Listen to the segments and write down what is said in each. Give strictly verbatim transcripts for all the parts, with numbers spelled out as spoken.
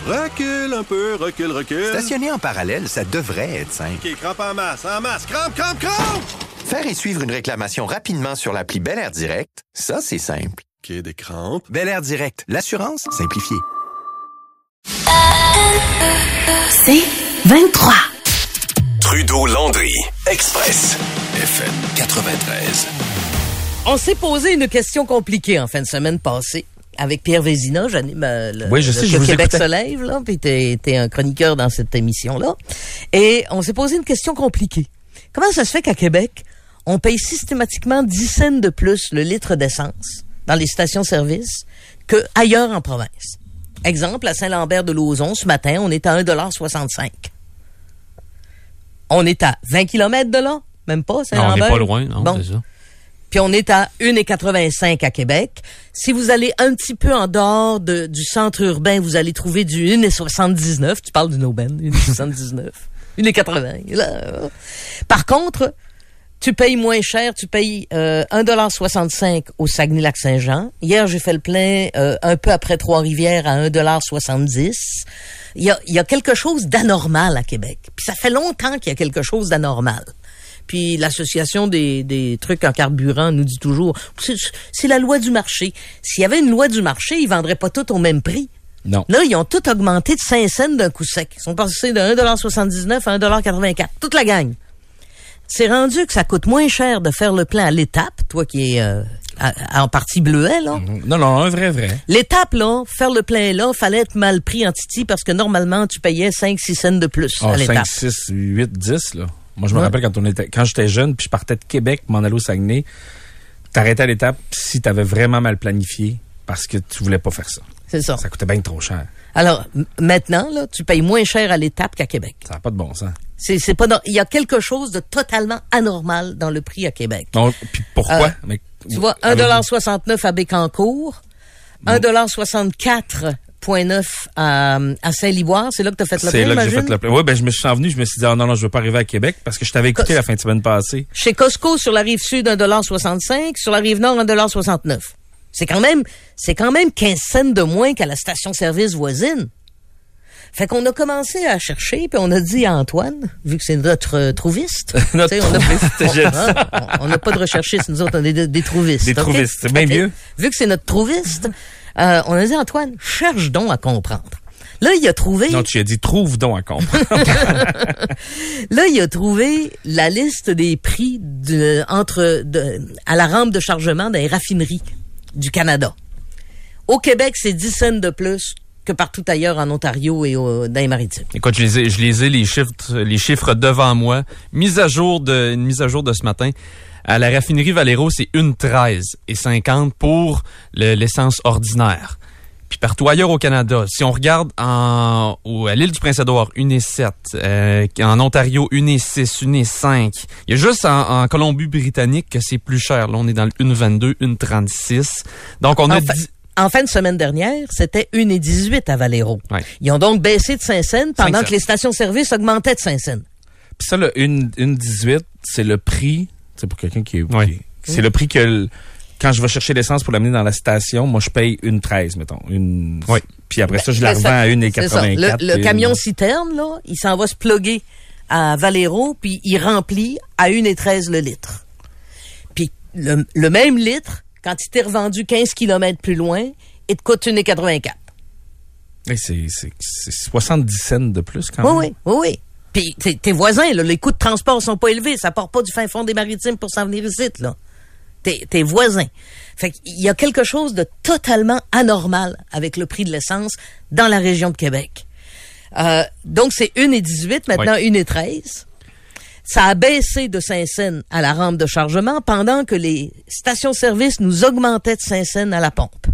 Recule un peu, recule, recule. Stationner en parallèle, ça devrait être simple. OK, crampe en masse, en masse, crampe, crampe, crampe! Faire et suivre une réclamation rapidement sur l'appli Bel Air Direct, ça, c'est simple. OK, des crampes. Bel Air Direct, l'assurance simplifiée. C'est vingt-trois. Trudeau-Landry, Express, F M quatre-vingt-treize. On s'est posé une question compliquée en fin de semaine passée. Avec Pierre Vézina, j'anime euh, le, oui, je le sais, je vous Québec écoutais. se lève, là, puis t'es, t'es un chroniqueur dans cette émission-là. Et on s'est posé une question compliquée. Comment ça se fait qu'à Québec, on paye systématiquement dix cents de plus le litre d'essence dans les stations-service que ailleurs en province? Exemple, à Saint-Lambert-de-Lauzon, ce matin, on est à un dollar soixante-cinq. On est à vingt kilomètres de là? Même pas, Saint-Lambert? Non, on n'est pas loin, non, bon. c'est ça. Puis on est à un dollar quatre-vingt-cinq à Québec. Si vous allez un petit peu en dehors de, du centre urbain, vous allez trouver du un dollar soixante-dix-neuf. Tu parles d'une aubaine, un dollar soixante-dix-neuf. un dollar quatre-vingts. Là. Par contre, tu payes moins cher, tu payes euh, un dollar soixante-cinq au Saguenay-Lac-Saint-Jean. Hier, j'ai fait le plein euh, un peu après Trois-Rivières à un dollar soixante-dix. Il y a, il y a quelque chose d'anormal à Québec. Puis ça fait longtemps qu'il y a quelque chose d'anormal. Puis l'association des, des trucs en carburant nous dit toujours, c'est, c'est la loi du marché. S'il y avait une loi du marché, ils vendraient pas tout au même prix. Non. Là, ils ont tout augmenté de cinq cents d'un coup sec. Ils sont passés de un dollar soixante-dix-neuf à un dollar quatre-vingt-quatre. Toute la gang. C'est rendu que ça coûte moins cher de faire le plein à l'étape, toi qui es euh, à, à, en partie bleuet, là. Non, non, un vrai, vrai. L'étape, là, faire le plein là, fallait être mal pris en titi parce que normalement, tu payais cinq six cents de plus oh, à l'étape. cinq, six, huit, dix, là. Moi, je me ouais. rappelle quand on était, quand j'étais jeune, puis je partais de Québec, m'en allais au Saguenay, t'arrêtais à l'étape si t'avais vraiment mal planifié parce que tu voulais pas faire ça. C'est ça. Ça coûtait bien trop cher. Alors, m- maintenant, là, tu payes moins cher à l'étape qu'à Québec. Ça n'a pas de bon sens. C'est, c'est pas, no- il y a quelque chose de totalement anormal dans le prix à Québec. Donc, puis pourquoi? Euh, Mais, Tu vois, un dollar soixante-neuf à Bécancour, un dollar soixante-quatre virgule neuf à, à Saint-Liboire. C'est là que tu as fait le plein, c'est là imagine? que j'ai fait le plein. Oui, ben, je me suis envenu, je me suis dit, ah non, non, je veux pas arriver à Québec parce que je t'avais écouté Cos- la fin de semaine passée. Chez Costco, sur la rive sud, un dollar soixante-cinq, sur la rive nord, un dollar soixante-neuf. C'est quand même, c'est quand même quinze cents de moins qu'à la station-service voisine. Fait qu'on a commencé à chercher, puis on a dit à Antoine, vu que c'est notre euh, trouviste, Notre tu sais, on a- trouviste, j'aime on- hein, on n'a pas de recherchistes, nous autres, on est des, des trouvistes. Des ok? trouvistes, c'est bien Ok? mieux. Vu que c'est notre trouviste, euh, on a dit à Antoine, cherche donc à comprendre. Là, il a trouvé... Non, tu as dit, trouve donc à comprendre. Là, il a trouvé la liste des prix de, entre de, à la rampe de chargement des raffineries du Canada. Au Québec, c'est dix cents de plus que partout ailleurs en Ontario et au, dans les maritimes. Écoute, je les ai, je les ai les chiffres, les chiffres devant moi. Mise à jour de, une mise à jour de ce matin. À la raffinerie Valero, c'est une treize et cinquante pour le, l'essence ordinaire. Puis partout ailleurs au Canada, si on regarde en, au, à l'île du Prince-Édouard, une sept, euh, en Ontario, une six, une cinq. Il y a juste en, en Colombie-Britannique que c'est plus cher. Là, on est dans le une vingt-deux, une trente-six. Donc, on a En fait, dit... En fin de semaine dernière, c'était un dix-huit à Valero. Ouais. Ils ont donc baissé de cinq cents pendant cinq que les stations-service augmentaient de cinq cents. Puis ça, là, une, une dix-huit, c'est le prix, c'est pour quelqu'un qui est, Oui. qui- c'est le prix que, le- quand je vais chercher l'essence pour l'amener dans la station, moi, je paye une treize, mettons. Une, Oui. Puis après ça, je la Ben, revends ça- à une c'est ça. quatre-vingt-quatre. Le, le puis camion une- citerne, là, il s'en va se plugger à Valero, puis il remplit à un treize le litre. Puis le, le même litre, quand il t'est revendu quinze kilomètres plus loin, il te coûte un quatre-vingt-quatre. Hey, c'est, c'est, c'est soixante-dix cents de plus quand même. Oui, oui, oui, oui. Puis tes, tes voisins, là, les coûts de transport sont pas élevés. Ça part pas du fin fond des maritimes pour s'en venir ici, là. Tes, tes voisins. Fait qu'il y a quelque chose de totalement anormal avec le prix de l'essence dans la région de Québec. Euh, donc, c'est un dix-huit, maintenant Oui. un treize. Ça a baissé de cinq cents à la rampe de chargement pendant que les stations-service nous augmentaient de cinq cents à la pompe.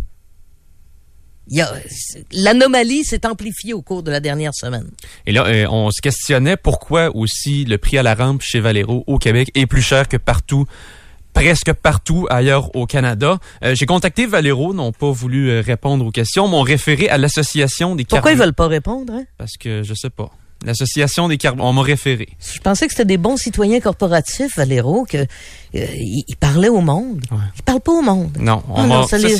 Il y a, l'anomalie s'est amplifiée au cours de la dernière semaine. Et là, euh, on se questionnait pourquoi aussi le prix à la rampe chez Valero au Québec est plus cher que partout, presque partout ailleurs au Canada. Euh, j'ai contacté Valero, n'ont pas voulu euh, répondre aux questions, m'ont référé à l'association des Pourquoi ils carburants. veulent pas répondre, hein? Parce que je sais pas. L'association des carburants, on m'a référé. Je pensais que c'était des bons citoyens corporatifs, Valero, que euh, ils, ils parlaient au monde. Ouais. Ils parlent pas au monde. Non, on Ah m'a, non, ça c'est les- ça.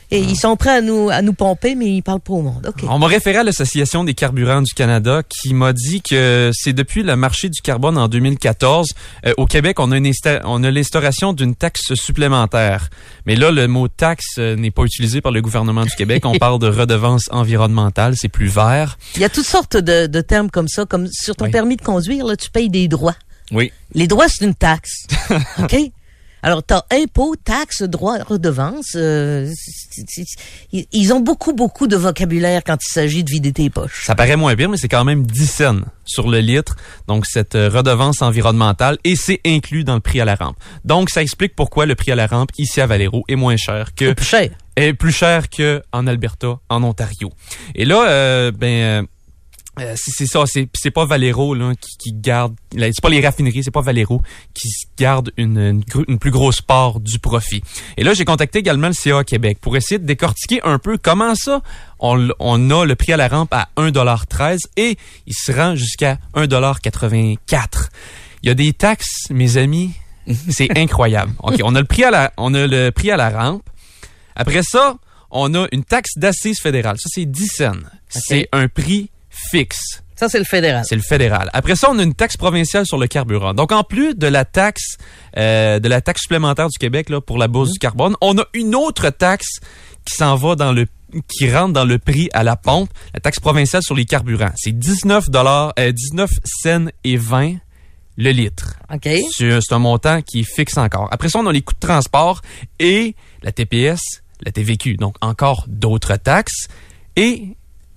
Et ils sont prêts à nous à nous pomper, mais ils parlent pas au monde. OK. On m'a référé à l'Association des carburants du Canada qui m'a dit que c'est depuis le marché du carbone en deux mille quatorze, euh, au Québec, on a, une insta- on a l'instauration d'une taxe supplémentaire. Mais là, le mot taxe euh, n'est pas utilisé par le gouvernement du Québec. On parle de redevance environnementale, c'est plus vert. Il y a toutes sortes de, de termes comme ça, comme sur ton Oui. permis de conduire, là, tu payes des droits. Oui. Les droits, c'est une taxe. OK? Alors, t'as impôt, taxe, droit, redevance. Euh, c'est, c'est, c'est, ils ont beaucoup, beaucoup de vocabulaire quand il s'agit de vider tes poches. Ça paraît moins pire, mais c'est quand même dix cents sur le litre. Donc, cette euh, redevance environnementale, et c'est inclus dans le prix à la rampe. Donc, ça explique pourquoi le prix à la rampe, ici à Valero, est moins cher que... C'est plus cher. Est plus cher qu'en Alberta, en Ontario. Et là, euh, ben... Euh, c'est, c'est ça, c'est, c'est pas Valero là, qui, qui garde, là, c'est pas les raffineries, c'est pas Valero qui garde une, une, une plus grosse part du profit. Et là, j'ai contacté également le C A Québec pour essayer de décortiquer un peu comment ça, on, on a le prix à la rampe à un dollar treize et il se rend jusqu'à un dollar quatre-vingt-quatre. Il y a des taxes, mes amis, c'est incroyable. OK, on a le prix à la, on a le prix à la rampe. Après ça, on a une taxe d'assises fédérale. Ça, c'est dix cents. Okay. C'est un prix fixe. Ça, c'est le fédéral. C'est le fédéral. Après ça, on a une taxe provinciale sur le carburant. Donc, en plus de la taxe euh, de la taxe supplémentaire du Québec là pour la bourse mmh. du carbone, on a une autre taxe qui s'en va dans le qui rentre dans le prix à la pompe, la taxe provinciale sur les carburants. C'est dix-neuf dollars, euh, dix-neuf cents et vingt le litre. OK. C'est, c'est un montant qui est fixe encore. Après ça, on a les coûts de transport et la T P S, la T V Q. Donc, encore d'autres taxes et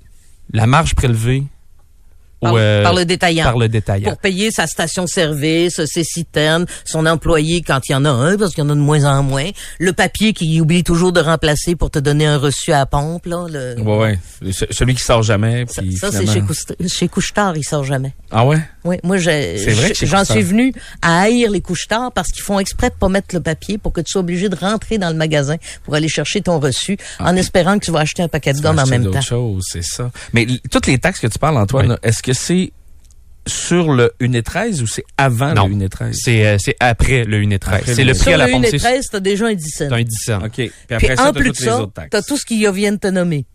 la marge prélevée par, au, euh, par le détaillant. Par le détaillant. Pour payer sa station-service, ses citernes, son employé quand il y en a un, parce qu'il y en a de moins en moins. Le papier qu'il oublie toujours de remplacer pour te donner un reçu à la pompe, là. Le... Ouais, ouais. Celui qui sort jamais. Ça, puis ça finalement... c'est chez, Couche- chez Couche-Tard, il sort jamais. Ah ouais? Oui, moi, j'ai, c'est vrai que j'en Couche-Tard. suis venu à haïr les Couche-Tard parce qu'ils font exprès de pas mettre le papier pour que tu sois obligé de rentrer dans le magasin pour aller chercher ton reçu ah, en espérant que tu vas acheter un paquet de gomme en même temps. Choses, c'est ça. Mais l- toutes les taxes que tu parles, Antoine, oui. est-ce que c'est sur le un et treize ou c'est avant non, le un et treize? C'est, euh, c'est après le un et treize. Après c'est le le prix sur à la le pompe. un et treize, t'as déjà un dix cents. C'est un dix cents. OK. Puis après Puis ça, en t'as plus toutes de les ça, autres taxes. t'as tout ce qu'ils viennent de te nommer.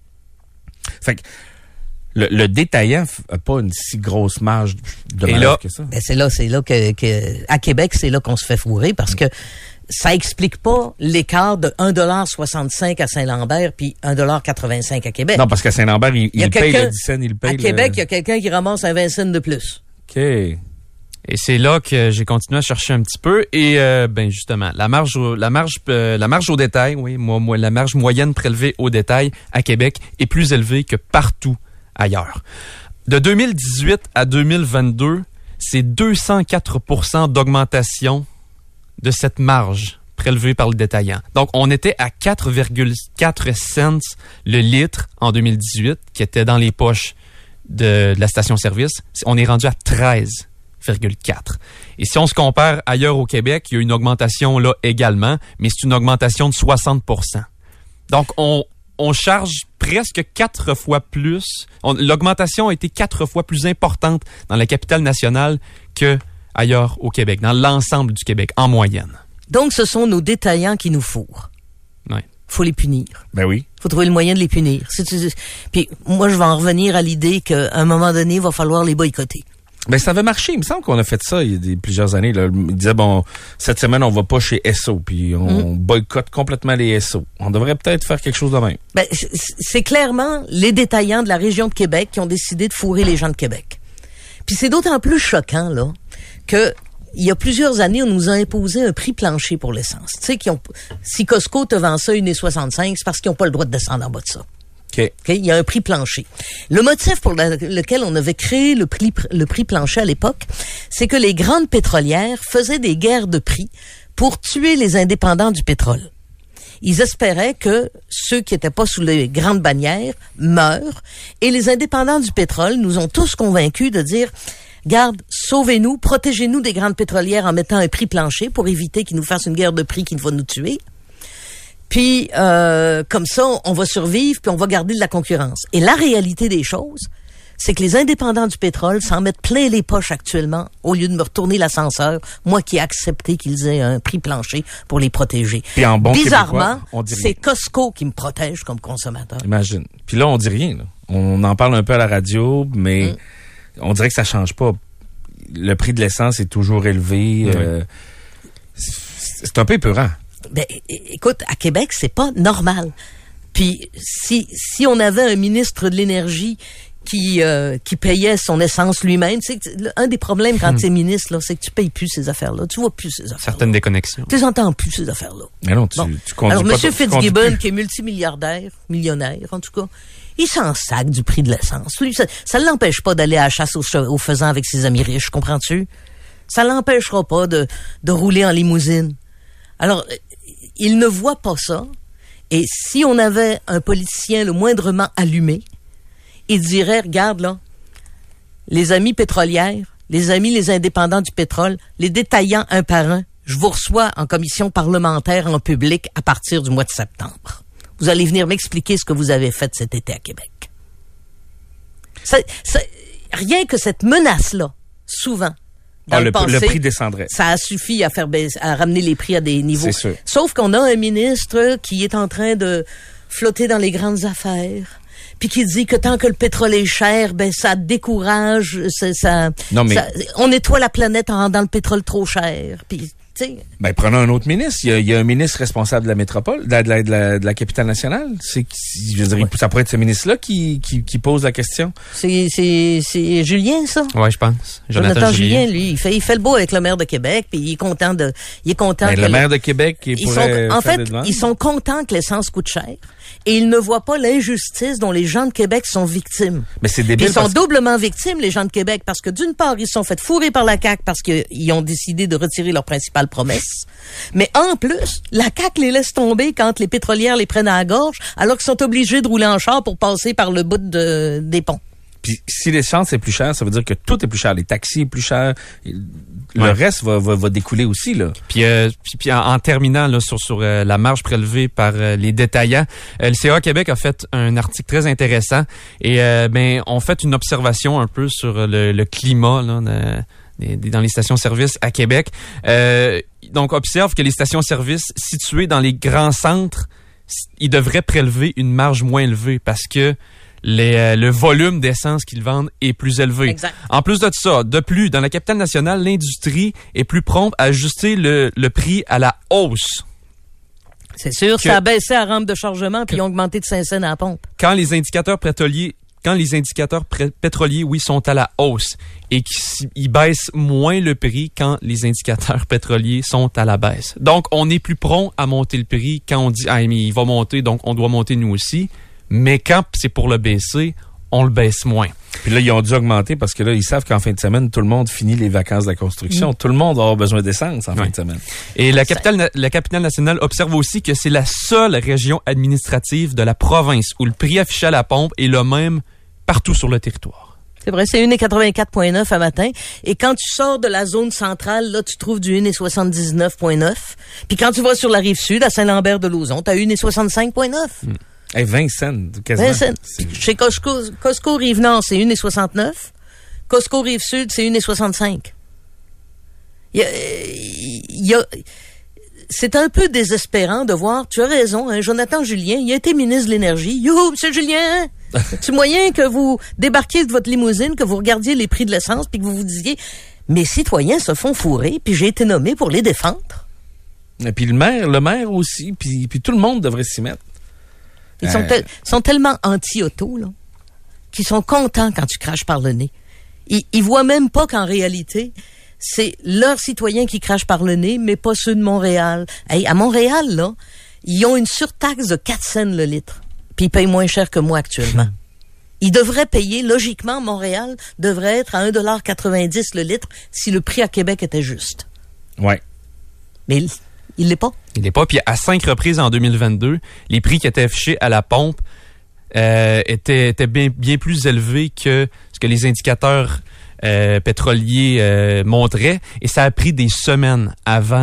Fait que le, le détaillant n'a pas une si grosse marge de Et manœuvre là, que ça. Ben c'est là, c'est là que, que à Québec, c'est là qu'on se fait fourrer parce que ça explique pas l'écart de un dollar soixante-cinq à Saint-Lambert puis un dollar quatre-vingt-cinq à Québec. Non, parce qu'à Saint-Lambert, il, Il y a il paye quelqu'un- le dix cents, il paye à le... Québec, il y a quelqu'un qui ramasse un vingt cents de plus. OK. Et c'est là que j'ai continué à chercher un petit peu et euh, ben justement la marge au, la marge euh, la marge au détail, oui, moi, moi la marge moyenne prélevée au détail à Québec est plus élevée que partout ailleurs. De deux mille dix-huit à deux mille vingt-deux, c'est deux cent quatre pour cent d'augmentation de cette marge prélevée par le détaillant. Donc on était à quatre virgule quatre cents le litre en deux mille dix-huit qui était dans les poches de, de la station-service. On est rendu à treize virgule quatre. Et si on se compare ailleurs au Québec, il y a une augmentation là également, mais c'est une augmentation de soixante pour cent. Donc, on, on charge presque quatre fois plus. On, l'augmentation a été quatre fois plus importante dans la capitale nationale que ailleurs au Québec, dans l'ensemble du Québec, en moyenne. Donc, ce sont nos détaillants qui nous fourrent. Ouais. Faut les punir. Ben oui. Faut trouver le moyen de les punir. C'est, c'est, puis moi, je vais en revenir à l'idée qu'à un moment donné, il va falloir les boycotter. Ben, ça avait marché. Il me semble qu'on a fait ça il y a des, plusieurs années. Là. Il disait, bon, cette semaine, on va pas chez S O, puis on mm. boycotte complètement les S O. On devrait peut-être faire quelque chose de même. Ben, c'est, c'est clairement les détaillants de la région de Québec qui ont décidé de fourrer les gens de Québec. Puis c'est d'autant plus choquant, là, que il y a plusieurs années, on nous a imposé un prix plancher pour l'essence. Tu sais, qui ont, si Costco te vend ça une soixante-cinq, c'est parce qu'ils n'ont pas le droit de descendre en bas de ça. Okay. Okay? Il y a un prix plancher. Le motif pour la, lequel on avait créé le prix, le prix plancher à l'époque, c'est que les grandes pétrolières faisaient des guerres de prix pour tuer les indépendants du pétrole. Ils espéraient que ceux qui n'étaient pas sous les grandes bannières meurent, et les indépendants du pétrole nous ont tous convaincus de dire « Garde, sauvez-nous, protégez-nous des grandes pétrolières en mettant un prix plancher pour éviter qu'ils nous fassent une guerre de prix qui va nous tuer. » Puis, euh, comme ça, on va survivre, puis on va garder de la concurrence. Et la réalité des choses, c'est que les indépendants du pétrole s'en mettent plein les poches actuellement au lieu de me retourner l'ascenseur, moi qui ai accepté qu'ils aient un prix plancher pour les protéger. Puis en bon Bizarrement, Québécois, on dit rien. c'est Costco qui me protège comme consommateur. Imagine. Puis là, on dit rien. Là. On en parle un peu à la radio, mais mm. on dirait que ça change pas. Le prix de l'essence est toujours élevé. Mm. Euh, c'est, c'est un peu épeurant. Ben, écoute, à Québec, c'est pas normal. Puis si si on avait un ministre de l'énergie qui euh, qui payait son essence lui-même, tu sais, un des problèmes quand hmm. tu es ministre là, c'est que tu payes plus ces affaires-là, tu vois plus ces affaires-là. Certaines déconnexions. Tu les entends plus ces affaires-là. Mais non, tu, bon. tu conduis Alors pas, monsieur tu Fitzgibbon, qui est multimilliardaire, millionnaire en tout cas, il s'en sac du prix de l'essence. Lui, ça, ça l'empêche pas d'aller à la chasse aux, aux faisans avec ses amis riches, comprends-tu? Ça l'empêchera pas de de rouler en limousine. Alors, il ne voit pas ça. Et si on avait un politicien le moindrement allumé, il dirait, regarde là, les amis pétrolières, les amis les indépendants du pétrole, les détaillants un par un, je vous reçois en commission parlementaire en public à partir du mois de septembre. Vous allez venir m'expliquer ce que vous avez fait cet été à Québec. Ça, ça, rien que cette menace-là, souvent, dans ah, le, le, passé, le prix descendrait. Ça a suffi à faire baisser, à ramener les prix à des niveaux. C'est sûr. Sauf qu'on a un ministre qui est en train de flotter dans les grandes affaires, puis qui dit que tant que le pétrole est cher, ben ça décourage, ça, ça, non, mais... ça on nettoie la planète en dans le pétrole trop cher. Puis ben, prenons un autre ministre. Il y a, il y a un ministre responsable de la métropole, de la, de la, de la, de la capitale nationale. C'est, je veux dire, ouais. Ça pourrait être ce ministre-là qui, qui, qui pose la question. C'est, c'est, c'est Julien, ça? Ouais, je pense. Jonathan, Jonathan Julien, Julien, lui, il fait, il fait le beau avec le maire de Québec, puis il est content de, il est content. Ben, que le maire de Québec, il pourrait sont, en faire fait, ils sont contents que l'essence coûte cher. Et ils ne voient pas l'injustice dont les gens de Québec sont victimes. Mais c'est débile. Puis ils sont parce... doublement victimes, les gens de Québec, parce que d'une part, ils se sont fait fourrer par la C A Q parce qu'ils ont décidé de retirer leur principale promesse. Mais en plus, la C A Q les laisse tomber quand les pétrolières les prennent à la gorge, alors qu'ils sont obligés de rouler en char pour passer par le bout de, des ponts. Puis si l'essence est plus chère, ça veut dire que tout est plus cher. Les taxis est plus cher. Le ouais. reste va, va, va découler aussi, là. Puis, euh, puis, puis en, en terminant là, sur, sur euh, la marge prélevée par euh, les détaillants, euh, le C A Québec a fait un article très intéressant et euh, ben on fait une observation un peu sur le, le climat là, de, de, dans les stations-service à Québec. Euh, donc, observe que les stations-service situées dans les grands centres, ils devraient prélever une marge moins élevée parce que Les, euh, le volume d'essence qu'ils vendent est plus élevé. Exact. En plus de ça, de plus, dans la capitale nationale, l'industrie est plus prompte à ajuster le, le prix à la hausse. C'est sûr, que, ça a baissé à rampe de chargement puis ils ont augmenté de cinq cents à la pompe. Quand les indicateurs pétroliers, quand les indicateurs pré- pétroliers, oui, sont à la hausse et qu'ils baissent moins le prix quand les indicateurs pétroliers sont à la baisse. Donc, on est plus prompt à monter le prix quand on dit, ah, mais il va monter, donc on doit monter nous aussi. Mais quand c'est pour le baisser, on le baisse moins. Puis là, ils ont dû augmenter parce que là, ils savent qu'en fin de semaine, tout le monde finit les vacances de la construction. Mmh. Tout le monde va avoir besoin d'essence en ouais. fin de semaine. Et la capitale, la capitale nationale observe aussi que c'est la seule région administrative de la province où le prix affiché à la pompe est le même partout sur le territoire. C'est vrai, c'est un virgule quatre-vingt-quatre neuf à matin. Et quand tu sors de la zone centrale, là, tu trouves du un virgule soixante-dix-neuf neuf. Puis quand tu vas sur la rive sud, à Saint-Lambert-de-Lauzon, tu as un virgule soixante-cinq neuf. Mmh. Hey, vingt cents, quasiment. vingt cents. Chez Costco, Costco Rive-Nord, c'est un virgule soixante-neuf. Costco Rive-Sud, c'est un virgule soixante-cinq. Il y a, il y a, c'est un peu désespérant de voir, tu as raison, hein, Jonathan Julien, il a été ministre de l'Énergie. Youhou, monsieur Julien! C'est moyen que vous débarquiez de votre limousine, que vous regardiez les prix de l'essence, puis que vous vous disiez, mes citoyens se font fourrer, puis j'ai été nommé pour les défendre. Et puis le maire, le maire aussi, puis, puis tout le monde devrait s'y mettre. Ils sont, tel, sont tellement anti-auto, là, qu'ils sont contents quand tu craches par le nez. Ils, ils voient même pas qu'en réalité, c'est leurs citoyens qui crachent par le nez, mais pas ceux de Montréal. Hey, à Montréal, là, ils ont une surtaxe de quatre cents le litre. Puis ils payent moins cher que moi actuellement. Ils devraient payer, logiquement, Montréal devrait être à un dollar quatre-vingt-dix le litre si le prix à Québec était juste. Ouais. Mais il, il l'est pas. Il l'est pas. Puis à cinq reprises en deux mille vingt-deux, les prix qui étaient affichés à la pompe euh, étaient, étaient bien, bien plus élevés que ce que les indicateurs euh, pétroliers euh, montraient. Et ça a pris des semaines avant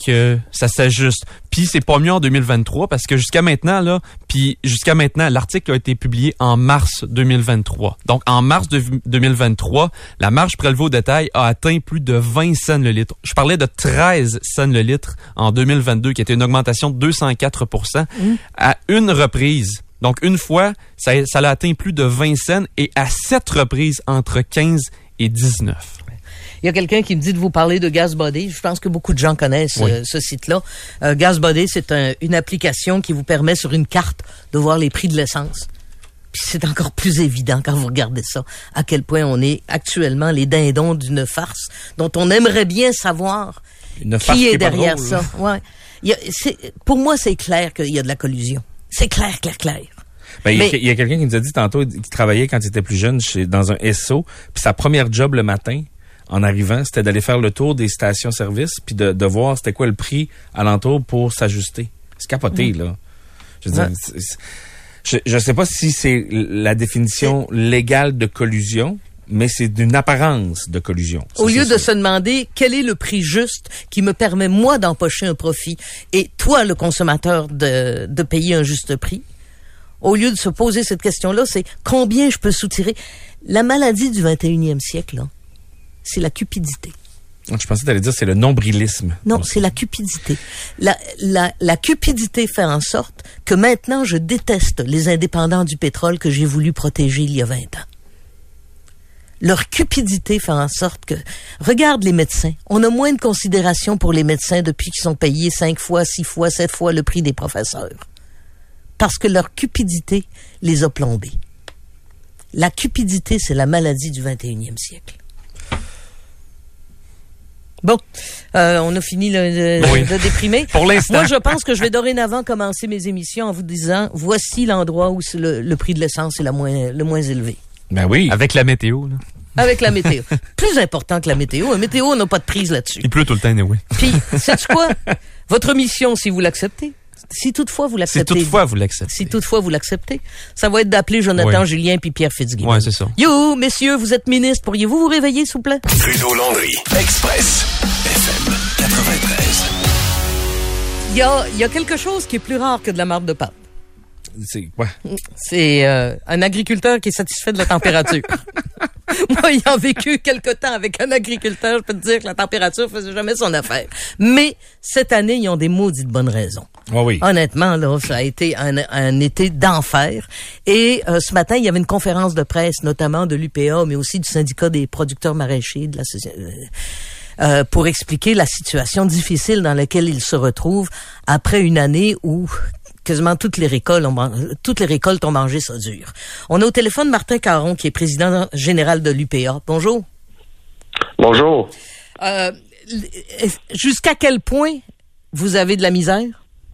que ça s'ajuste. Puis c'est pas mieux en deux mille vingt-trois parce que jusqu'à maintenant, là, puis jusqu'à maintenant, l'article a été publié en mars deux mille vingt-trois. Donc en mars de deux mille vingt-trois, la marge prélevée au détail a atteint plus de vingt cents le litre. Je parlais de treize cents le litre en deux mille vingt-deux, qui était une augmentation de deux cent quatre pour cent mmh. à une reprise. Donc une fois, ça, ça a atteint plus de vingt cents et à sept reprises entre quinze et dix-neuf. Il y a quelqu'un qui me dit de vous parler de GasBuddy. Je pense que beaucoup de gens connaissent oui. euh, ce site-là. Euh, GasBuddy, c'est un, une application qui vous permet sur une carte de voir les prix de l'essence. Puis c'est encore plus évident quand vous regardez ça, à quel point on est actuellement les dindons d'une farce dont on aimerait bien savoir une qui est, qui est derrière drôle, ça. Ouais. Il y a, c'est, pour moi, c'est clair qu'il y a de la collusion. C'est clair, clair, clair. Ben, il, Mais, y a, il y a quelqu'un qui nous a dit tantôt qu'il travaillait quand il était plus jeune chez, dans un S O, puis sa première job le matin, en arrivant, c'était d'aller faire le tour des stations-service puis de, de voir c'était quoi le prix alentour pour s'ajuster. C'est capoté, mmh. là. Je veux dire, ouais. c'est, c'est, je, je sais pas si c'est la définition c'est... légale de collusion, mais c'est d'une apparence de collusion. Ça, Au lieu de sûr. se demander quel est le prix juste qui me permet, moi, d'empocher un profit et toi, le consommateur, de, de payer un juste prix, au lieu de se poser cette question-là, c'est combien je peux soutirer. La maladie du vingt et unième siècle, là, c'est la cupidité. Je pensais que t'allais dire c'est le nombrilisme. Non, c'est la cupidité. La, la, la cupidité fait en sorte que maintenant, je déteste les indépendants du pétrole que j'ai voulu protéger il y a vingt ans. Leur cupidité fait en sorte que... Regarde les médecins. On a moins de considération pour les médecins depuis qu'ils sont payés cinq fois, six fois, sept fois le prix des professeurs. Parce que leur cupidité les a plombés. La cupidité, c'est la maladie du vingt et unième siècle. Bon, euh, on a fini le, le, oui. de déprimer. Pour l'instant. Moi, je pense que je vais dorénavant commencer mes émissions en vous disant, voici l'endroit où c'est le, le prix de l'essence est la moins, le moins élevé. Ben oui. Avec la météo, là. Avec la météo. Plus important que la météo. La météo, on n'a pas de prise là-dessus. Il pleut tout le temps, oui. Puis, sais-tu quoi? Votre mission, si vous l'acceptez, si toutefois vous l'acceptez. Si toutefois vous l'acceptez. Si toutefois vous l'acceptez, ça va être d'appeler Jonathan oui. Julien puis Pierre Fitzgibbon. Ouais, c'est ça. Yo, messieurs, vous êtes ministres, pourriez-vous vous réveiller, s'il vous plaît? Trudeau-Landry, Express, F M quatre-vingt-treize. Il y a, il y a quelque chose qui est plus rare que de la marde de pâte. C'est quoi? C'est euh, un agriculteur qui est satisfait de la température. Moi, ayant vécu quelque temps avec un agriculteur, je peux te dire que la température faisait jamais son affaire. Mais cette année, ils ont des maudites bonnes raisons. Oh oui. Honnêtement, là, ça a été un, un été d'enfer. Et euh, ce matin, il y avait une conférence de presse, notamment de l'U P A, mais aussi du syndicat des producteurs maraîchers, de la euh, euh, pour expliquer la situation difficile dans laquelle ils se retrouvent après une année où quasiment toutes les récoltes ont, toutes les récoltes ont mangé ça dur. On a au téléphone Martin Caron, qui est président général de l'U P A. Bonjour. Bonjour. Euh, jusqu'à quel point vous avez de la misère?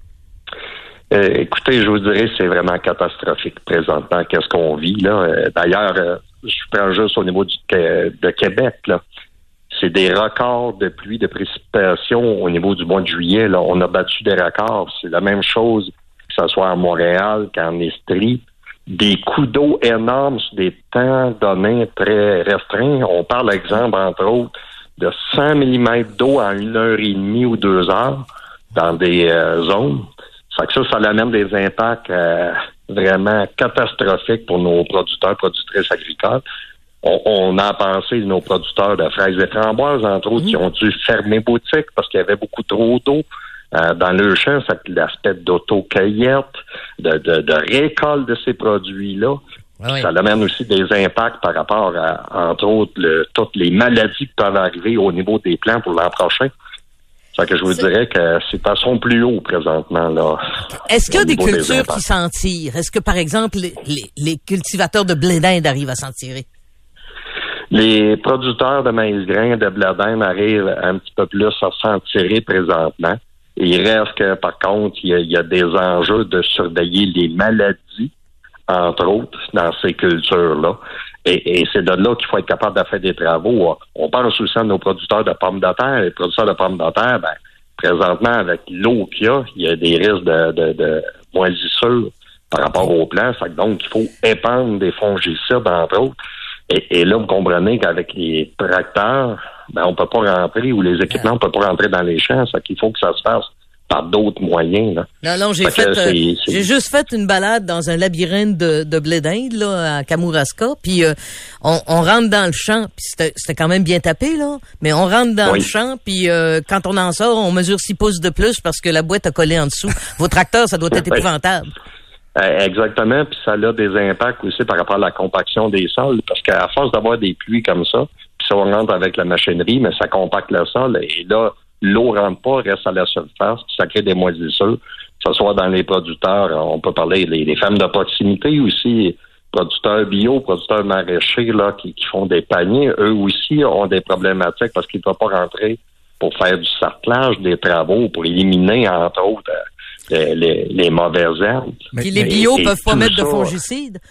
Euh, écoutez, je vous dirais, c'est vraiment catastrophique présentement. Qu'est-ce qu'on vit là? Euh, d'ailleurs, euh, je prends juste au niveau du, de Québec, là. C'est des records de pluie, de précipitations au niveau du mois de juillet. Là, on a battu des records. C'est la même chose que ce soit à Montréal qu'en Estrie. Des coups d'eau énormes sur des temps donnés très restreints. On parle, exemple, entre autres, de cent millimètres d'eau en une heure et demie ou deux heures dans des euh, zones. Ça fait que ça, ça amène des impacts euh, vraiment catastrophiques pour nos producteurs, productrices agricoles. On, on a pensé nos producteurs de fraises et framboises, entre autres, mmh. qui ont dû fermer boutique parce qu'il y avait beaucoup trop d'eau euh, dans leur champ. Ça fait l'aspect d'auto-cueillette, de, de, de récolte de ces produits-là. Oui. Ça amène aussi des impacts par rapport à, entre autres, le, toutes les maladies qui peuvent arriver au niveau des plants pour l'an prochain. Ça fait que je vous c'est... dirais que c'est à son plus haut présentement, là. Est-ce qu'il y a des cultures qui s'en tirent? Est-ce que, par exemple, les, les, les cultivateurs de blé d'Inde arrivent à s'en tirer? Les producteurs de maïs grain, de blé d'Inde arrivent un petit peu plus à s'en tirer présentement. Et il reste que, par contre, il y, a, il y a des enjeux de surveiller les maladies, entre autres, dans ces cultures-là. Et, et c'est de là qu'il faut être capable de faire des travaux. On parle aussi de nos producteurs de pommes de terre. Les producteurs de pommes de terre, ben, présentement, avec l'eau qu'il y a, il y a des risques de, de, de moisissure par rapport aux plants. Donc, il faut épandre des fongicides, entre autres. Et, et là, vous comprenez qu'avec les tracteurs, ben, on peut pas rentrer, ou les équipements, on peut pas rentrer dans les champs. Ça qu'il faut que ça se fasse par d'autres moyens, là. Non, non, j'ai fait, fait, que c'est, euh, c'est... j'ai juste fait une balade dans un labyrinthe de, de blé d'Inde, là, à Kamouraska, puis euh, on, on rentre dans le champ, puis c'était, c'était quand même bien tapé, là, mais on rentre dans oui. le champ, puis euh, quand on en sort, on mesure six pouces de plus parce que la boîte a collé en dessous. Vos tracteurs, ça doit être épouvantable. Exactement, puis ça a des impacts aussi par rapport à la compaction des sols, parce qu'à force d'avoir des pluies comme ça, puis ça on rentre avec la machinerie, mais ça compacte le sol, et là, l'eau rentre pas, reste à la surface, puis ça crée des moisissures, que ce soit dans les producteurs, on peut parler des les femmes de proximité aussi, producteurs bio, producteurs maraîchers là qui, qui font des paniers, eux aussi ont des problématiques parce qu'ils ne peuvent pas rentrer pour faire du sarclage, des travaux, pour éliminer, entre autres, les, les, les mauvaises herbes. Puis les bio et, peuvent et pas mettre ça, de fongicides.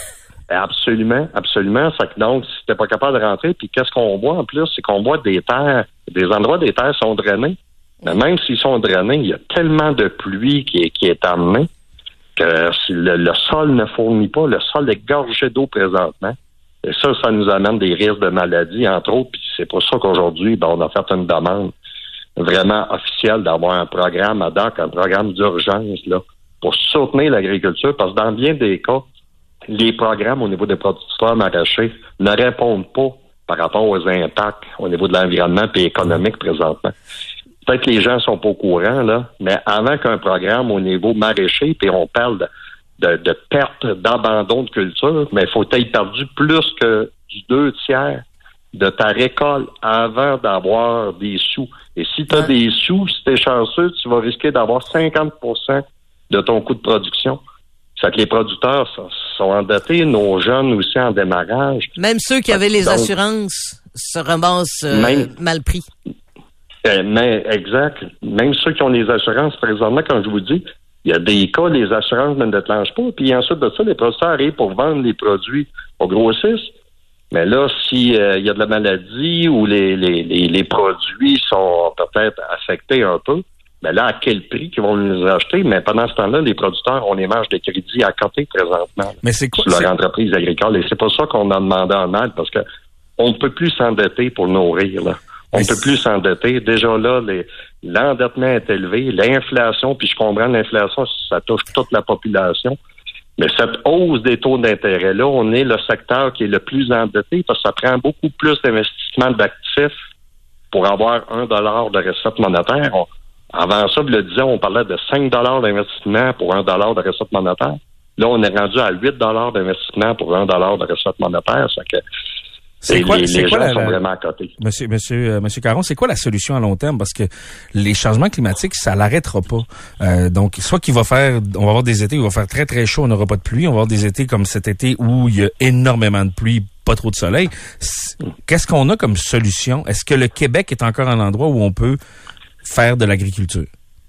Absolument, absolument. Fait que donc, si t'es pas capable de rentrer, puis qu'est-ce qu'on voit en plus, c'est qu'on voit des terres, des endroits des terres sont drainés. Mais même s'ils sont drainés, il y a tellement de pluie qui est, qui est amenée que si le, le sol ne fournit pas, le sol est gorgé d'eau présentement. Et ça, ça nous amène des risques de maladies, entre autres. Puis c'est pour ça qu'aujourd'hui, ben, on a fait une demande vraiment officielle d'avoir un programme ad hoc, un programme d'urgence là, pour soutenir l'agriculture, parce que dans bien des cas, les programmes au niveau des producteurs maraîchers ne répondent pas par rapport aux impacts au niveau de l'environnement et économique présentement. Peut-être que les gens sont pas au courant, là, mais avant qu'un programme au niveau maraîcher, puis on parle de, de, de perte, d'abandon de culture, mais il faut être perdu plus que du deux tiers de ta récolte avant d'avoir des sous. Et si tu as des sous, si tu es chanceux, tu vas risquer d'avoir cinquante pour cent de ton coût de production. Ça fait que les producteurs sont, sont endettés, nos jeunes aussi en démarrage. Même ceux qui avaient les Donc, assurances se ramassent euh, même, mal pris. Euh, mais exact. Même ceux qui ont les assurances, présentement, comme je vous dis, il y a des cas, les assurances ne déclenchent pas. Puis ensuite de ça, les producteurs arrivent pour vendre les produits aux grossistes. Mais là, s'il euh, y a de la maladie ou les, les, les, les produits sont peut-être affectés un peu, ben là, à quel prix qu'ils vont nous acheter? Mais pendant ce temps-là, les producteurs, on les marge des crédits à côté présentement. Mais c'est quoi? Sur leur c'est... entreprise agricole. Et c'est pour ça qu'on a demandé en aide, parce que on ne peut plus s'endetter pour nourrir, là. On ne peut plus s'endetter. Déjà là, les, l'endettement est élevé, l'inflation, puis je comprends l'inflation, ça touche toute la population. Mais cette hausse des taux d'intérêt-là, on est le secteur qui est le plus endetté parce que ça prend beaucoup plus d'investissement d'actifs pour avoir un dollar de recette monétaire. On, avant ça, je le disais, on parlait de cinq dollars d'investissement pour un dollar de recette monétaire. Là, on est rendu à huit dollars d'investissement pour un dollar de recette monétaire. Ça que C'est quoi, les, c'est les quoi gens la, sont la, vraiment à côté. Monsieur, monsieur, euh, monsieur Caron, c'est quoi la solution à long terme? Parce que les changements climatiques, ça l'arrêtera pas. Euh, donc, soit qu'il va faire, on va avoir des étés où il va faire très, très chaud, on n'aura pas de pluie. On va avoir des étés comme cet été où il y a énormément de pluie, pas trop de soleil. Qu'est-ce qu'on a comme solution? Est-ce que le Québec est encore un endroit où on peut faire de l'agriculture?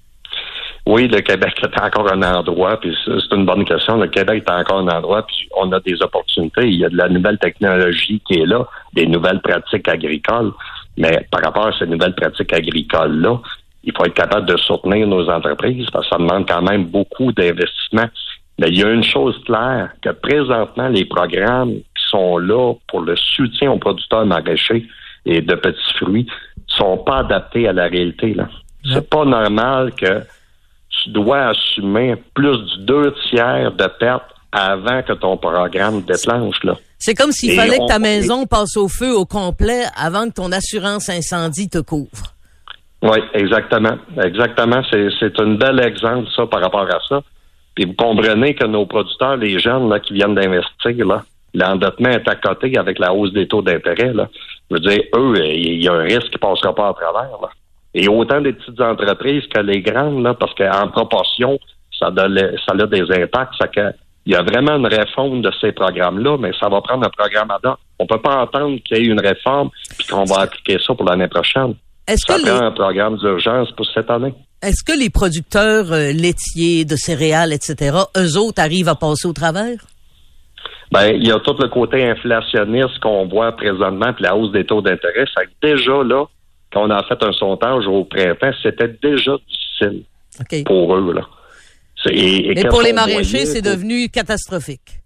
Oui, le Québec est encore un endroit, puis c'est une bonne question. Le Québec est encore un endroit, puis on a des opportunités. Il y a de la nouvelle technologie qui est là, des nouvelles pratiques agricoles. Mais par rapport à ces nouvelles pratiques agricoles-là, il faut être capable de soutenir nos entreprises parce que ça demande quand même beaucoup d'investissement. Mais il y a une chose claire, que présentement, les programmes qui sont là pour le soutien aux producteurs maraîchers et de petits fruits sont pas adaptés à la réalité, là. Ouais. C'est pas normal que tu dois assumer plus du deux tiers de pertes avant que ton programme déclenche, là. C'est comme s'il Et fallait on, que ta maison passe au feu au complet avant que ton assurance incendie te couvre. Oui, exactement. Exactement. C'est, c'est un bel exemple, ça, par rapport à ça. Puis vous comprenez que nos producteurs, les jeunes là, qui viennent d'investir, là, l'endettement est à côté avec la hausse des taux d'intérêt, là. Je veux dire, eux, il y a un risque qui ne passera pas à travers, là. Et autant des petites entreprises que les grandes, là, parce qu'en proportion, ça, donne, ça a des impacts. Ça que, il y a vraiment une réforme de ces programmes-là, mais ça va prendre un programme ad hoc. On peut pas entendre qu'il y ait une réforme puis qu'on va appliquer ça pour l'année prochaine. Est-ce ça que prend les... un programme d'urgence pour cette année. Est-ce que les producteurs euh, laitiers, de céréales, et cetera, eux autres arrivent à passer au travers? Ben, il y a tout le côté inflationniste qu'on voit présentement, puis la hausse des taux d'intérêt. Ça fait que déjà, là, quand on a fait un sondage au printemps, c'était déjà difficile okay. pour eux, là. C'est, et, et Mais pour les maraîchers, c'est pour... devenu catastrophique.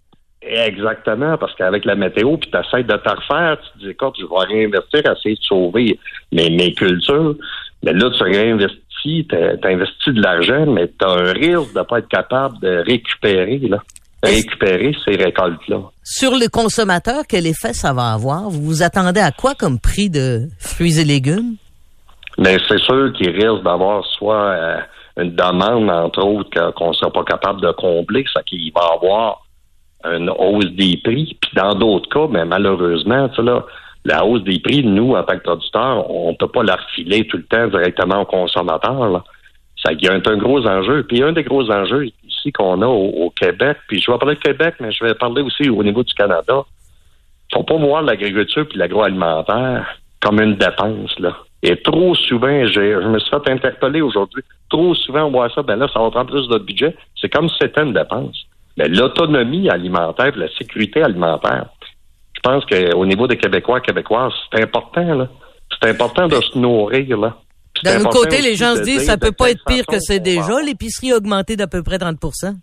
Exactement, parce qu'avec la météo, puis tu essaies de te refaire, tu te dis, écoute, je vais réinvestir, essayer de sauver mes, mes cultures. Mais là, tu réinvestis, tu investis de l'argent, mais tu as un risque de ne pas être capable de récupérer, là. récupérer ces récoltes-là. Sur le consommateur, quel effet ça va avoir? Vous vous attendez à quoi comme prix de fruits et légumes? Mais c'est sûr qu'il risque d'avoir soit euh, une demande, entre autres, qu'on ne sera pas capable de combler, ça qu'il va y avoir une hausse des prix. Puis dans d'autres cas, mais malheureusement, tu sais, là, la hausse des prix, nous, en tant que producteurs, on ne peut pas la refiler tout le temps directement au consommateur, là. Ça, il y a un, un gros enjeu. Puis un des gros enjeux ici qu'on a au, au Québec, puis je vais parler de Québec, mais je vais parler aussi au niveau du Canada. Il ne faut pas voir l'agriculture puis l'agroalimentaire comme une dépense, là. Et trop souvent, j'ai, je me suis fait interpeller aujourd'hui, trop souvent on voit ça, ben là, ça va prendre plus de budget. C'est comme si c'était une dépense. Mais l'autonomie alimentaire, la sécurité alimentaire, je pense qu'au niveau des Québécois, Québécoises, c'est important, là. C'est important de se nourrir, là. D'un autre côté, les gens se disent, ça peut pas être pire que c'est déjà. L'épicerie a augmenté d'à peu près trente pour cent.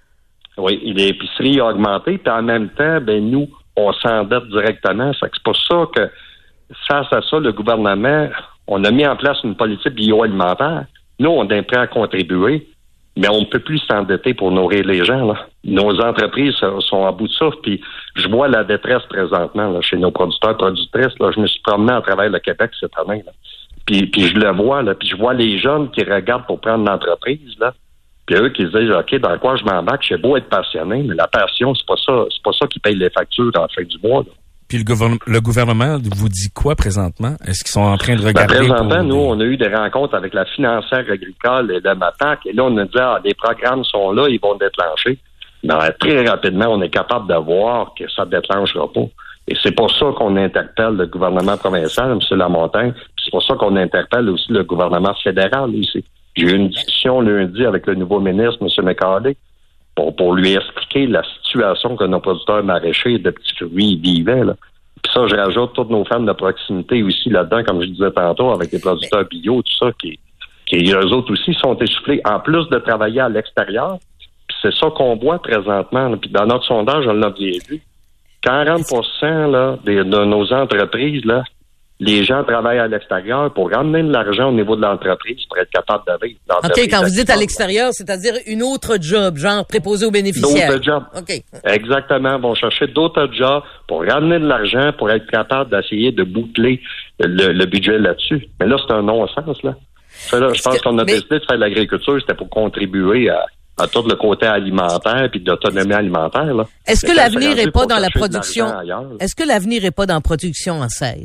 Oui, l'épicerie a augmenté, puis en même temps, ben nous, on s'endette directement. C'est pour ça que, face à ça, le gouvernement, on a mis en place une politique bioalimentaire. Nous, on est prêt à contribuer, mais on ne peut plus s'endetter pour nourrir les gens, là. Nos entreprises sont à bout de souffle, puis je vois la détresse présentement là, chez nos producteurs, productrices. Là. Je me suis promené à travers le Québec cette année, là. Puis, puis je le vois, là, puis je vois les jeunes qui regardent pour prendre l'entreprise, là. Puis eux qui se disent, OK, dans quoi je m'embarque, j'ai beau être passionné, mais la passion, c'est pas ça, c'est pas ça qui paye les factures à la fin du mois, là. Puis le, gouvernement, le gouvernement vous dit quoi présentement? Est-ce qu'ils sont en train de regarder? Ben, présentement, pour... nous, on a eu des rencontres avec la financière agricole et la MAPAC, et là, on a dit, ah, les programmes sont là, ils vont déclencher. Mais très rapidement, on est capable de voir que ça ne déclenchera pas. Et c'est pour ça qu'on interpelle le gouvernement provincial, M. Lamontagne, puis c'est pour ça qu'on interpelle aussi le gouvernement fédéral aussi. J'ai eu une discussion lundi avec le nouveau ministre, M. McCarley, pour, pour lui expliquer la situation que nos producteurs maraîchers de petits fruits vivaient, là. Puis ça, je rajoute tous nos femmes de proximité aussi là-dedans, comme je disais tantôt, avec les producteurs bio, tout ça, qui, qui eux autres aussi sont essoufflés, en plus de travailler à l'extérieur. Puis c'est ça qu'on voit présentement, là. Puis dans notre sondage, on l'a bien vu. quarante pour cent là, de, de nos entreprises, là, les gens travaillent à l'extérieur pour ramener de l'argent au niveau de l'entreprise pour être capable de vivre. OK, quand vous dites à l'extérieur, c'est-à-dire une autre job, genre préposé aux bénéficiaires. D'autres jobs. OK. Exactement. Ils vont chercher d'autres jobs pour ramener de l'argent pour être capable d'essayer de boucler le, le budget là-dessus. Mais là, c'est un non-sens, là. Ça, là, je pense que, qu'on a mais... décidé de faire de l'agriculture, c'était pour contribuer à à tout le côté alimentaire puis d'autonomie alimentaire, là. Est-ce que l'avenir est pas dans la production? Est-ce que l'avenir est pas dans la production en serre?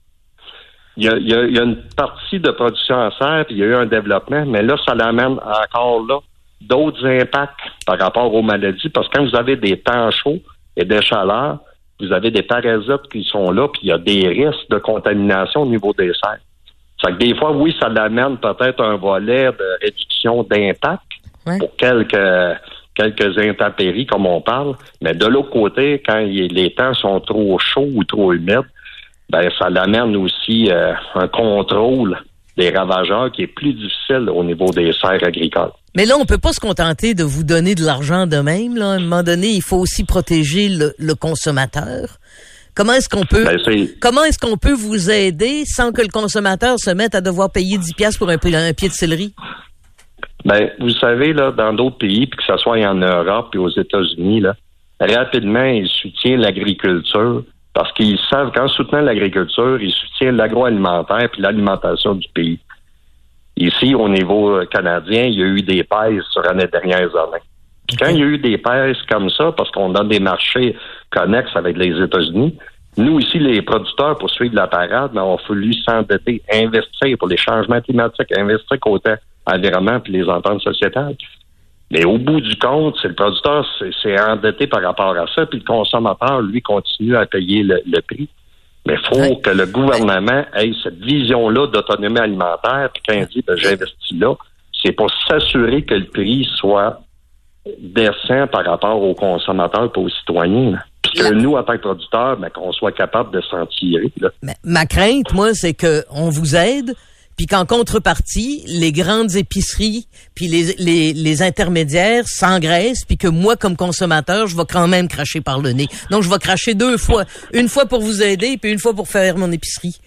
Il y a, il y a, il y a une partie de production en serre, puis il y a eu un développement, mais là, ça l'amène encore là d'autres impacts par rapport aux maladies, parce que quand vous avez des temps chauds et des chaleurs, vous avez des parasites qui sont là, puis il y a des risques de contamination au niveau des serres. Ça fait que des fois, oui, ça l'amène peut-être un volet de réduction d'impact, ouais, pour quelques quelques intempéries, comme on parle, mais de l'autre côté, quand il, les temps sont trop chauds ou trop humides, ben ça l'amène aussi euh, un contrôle des ravageurs qui est plus difficile au niveau des serres agricoles. Mais là, on peut pas se contenter de vous donner de l'argent de même, là. À un moment donné, il faut aussi protéger le, le consommateur. Comment est-ce qu'on peut ben comment est-ce qu'on peut vous aider sans que le consommateur se mette à devoir payer dix piastres pour un, un pied de céleri? Ben, vous savez, là, dans d'autres pays, puis que ce soit en Europe et aux États-Unis, là, rapidement, ils soutiennent l'agriculture parce qu'ils savent qu'en soutenant l'agriculture, ils soutiennent l'agroalimentaire puis l'alimentation du pays. Ici, au niveau canadien, il y a eu des pèses sur les dernières années. Puis quand il y a eu des pèses comme ça, parce qu'on a des marchés connexes avec les États-Unis, nous, ici, les producteurs, pour suivre la parade, ben, on a fallu s'endetter, investir pour les changements climatiques, investir côté environnement puis les ententes sociétales. Mais au bout du compte, c'est le producteur s'est endetté par rapport à ça, puis le consommateur, lui, continue à payer le, le prix. Mais il faut ouais. que le gouvernement ait cette vision-là d'autonomie alimentaire, puis quand il dit ben, j'investis là, c'est pour s'assurer que le prix soit décent par rapport aux consommateurs et aux citoyens, là. Puis que nous, en tant que producteurs, ben, qu'on soit capable de s'en tirer, là. Ma crainte, moi, c'est qu'on vous aide, puis qu'en contrepartie, les grandes épiceries puis les, les, les intermédiaires s'engraissent, puis que moi, comme consommateur, je vais quand même cracher par le nez. Donc, je vais cracher deux fois. Une fois pour vous aider, puis une fois pour faire mon épicerie.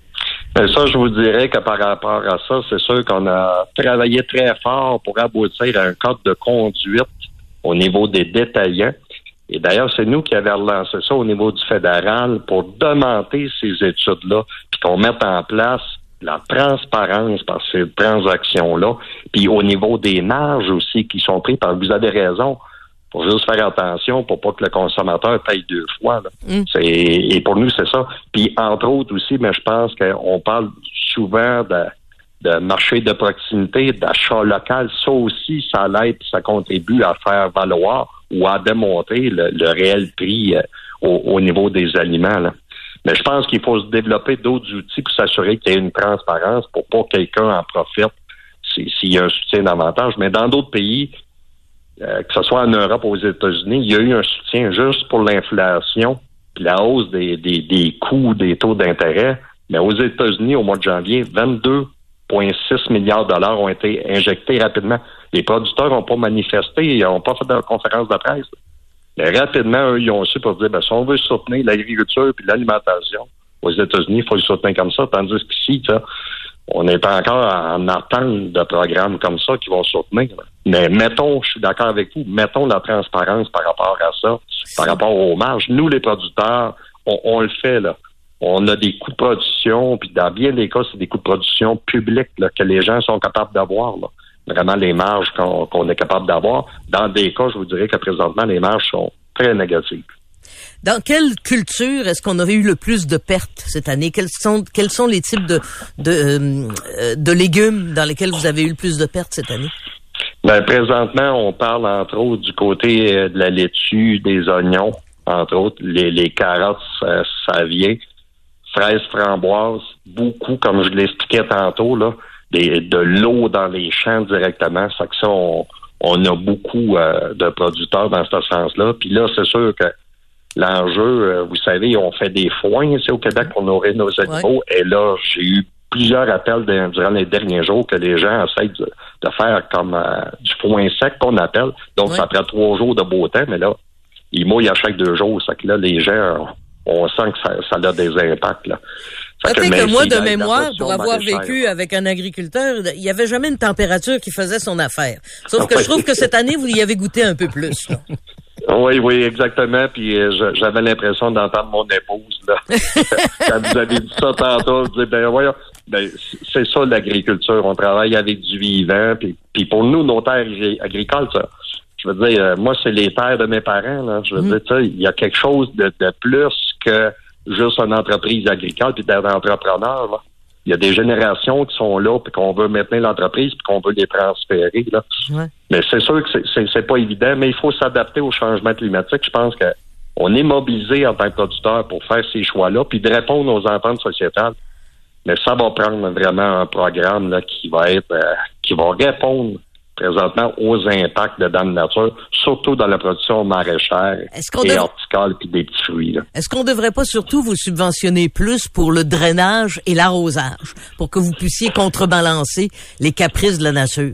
Ben ça, je vous dirais que par rapport à ça, c'est sûr qu'on a travaillé très fort pour aboutir à un code de conduite au niveau des détaillants. Et d'ailleurs, c'est nous qui avions relancé ça au niveau du fédéral pour demander ces études-là, puis qu'on mette en place la transparence par ces transactions-là, puis au niveau des marges aussi qui sont prises, parce que vous avez raison, pour juste faire attention pour pas que le consommateur paye deux fois. Là. Mm. C'est, et pour nous, c'est ça. Puis, entre autres aussi, mais je pense qu'on parle souvent de, de marché de proximité, d'achat local. Ça aussi, ça l'aide, ça contribue à faire valoir ou à démontrer le, le réel prix euh, au, au niveau des aliments. Là. Mais je pense qu'il faut se développer d'autres outils pour s'assurer qu'il y ait une transparence pour pas que quelqu'un en profite s'il y a un soutien davantage. Mais dans d'autres pays, Euh, que ce soit en Europe ou aux États-Unis, il y a eu un soutien juste pour l'inflation puis la hausse des, des, des coûts des taux d'intérêt. Mais aux États-Unis, au mois de janvier, vingt-deux virgule six milliards de dollars ont été injectés rapidement. Les producteurs n'ont pas manifesté, ils n'ont pas fait de conférence de presse. Mais rapidement, eux, ils ont su pour dire, ben, si on veut soutenir l'agriculture puis l'alimentation aux États-Unis, il faut le soutenir comme ça. Tandis qu'ici, ça, on est encore en attente de programmes comme ça qui vont soutenir. Mais mettons, je suis d'accord avec vous, mettons la transparence par rapport à ça, par rapport aux marges. Nous, les producteurs, on, on le fait, là. On a des coûts de production, puis dans bien des cas, c'est des coûts de production publics là, que les gens sont capables d'avoir. Là. Vraiment les marges qu'on, qu'on est capable d'avoir. Dans des cas, je vous dirais que présentement, les marges sont très négatives. Dans quelle culture est-ce qu'on aurait eu le plus de pertes cette année? Quels sont, quels sont les types de, de, euh, de légumes dans lesquels vous avez eu le plus de pertes cette année? Ben, présentement, on parle entre autres du côté euh, de la laitue, des oignons, entre autres, les, les carottes, ça, ça vient, fraises, framboises, beaucoup, comme je l'expliquais tantôt, là, des, de l'eau dans les champs directement. Ça que ça, on, on a beaucoup euh, de producteurs dans ce sens-là. Puis là, c'est sûr que l'enjeu, euh, vous savez, on fait des foins ici au Québec pour nourrir nos animaux. Ouais. Et là, j'ai eu plusieurs appels de, durant les derniers jours que les gens essayent de, de faire comme euh, du foin sec qu'on appelle. Donc, ouais. Ça prend trois jours de beau temps, mais là, ils mouillent à chaque deux jours. Ça que là, les gens, on sent que ça, ça a des impacts. Là. Ça fait que, que moi, de mémoire, pour avoir vécu avec un agriculteur, il n'y avait jamais une température qui faisait son affaire. Sauf que je trouve que cette année, vous y avez goûté un peu plus. Là. Oui, oui, exactement. Puis euh, j'avais l'impression d'entendre mon épouse là. Quand vous avez dit ça tantôt, je disais, ben voyons, ben c'est ça l'agriculture. On travaille avec du vivant. Puis, puis pour nous, nos terres agricoles, ça, je veux dire, euh, moi, c'est les terres de mes parents. Là. Je veux mmh. dire, tu sais, il y a quelque chose de, de plus que juste une entreprise agricole puis d'être entrepreneur. Là. Il y a des générations qui sont là puis qu'on veut maintenir l'entreprise puis qu'on veut les transférer. Là. Ouais. Mais c'est sûr que c'est, c'est, c'est pas évident, mais il faut s'adapter au changement climatique. Je pense qu'on est mobilisé en tant que producteur pour faire ces choix-là puis de répondre aux ententes sociétales. Mais ça va prendre vraiment un programme là, qui va être euh, qui va répondre présentement aux impacts de dans la nature, surtout dans la production maraîchère et dev... horticole puis des petits fruits. Là. Est-ce qu'on ne devrait pas surtout vous subventionner plus pour le drainage et l'arrosage, pour que vous puissiez contrebalancer les caprices de la nature?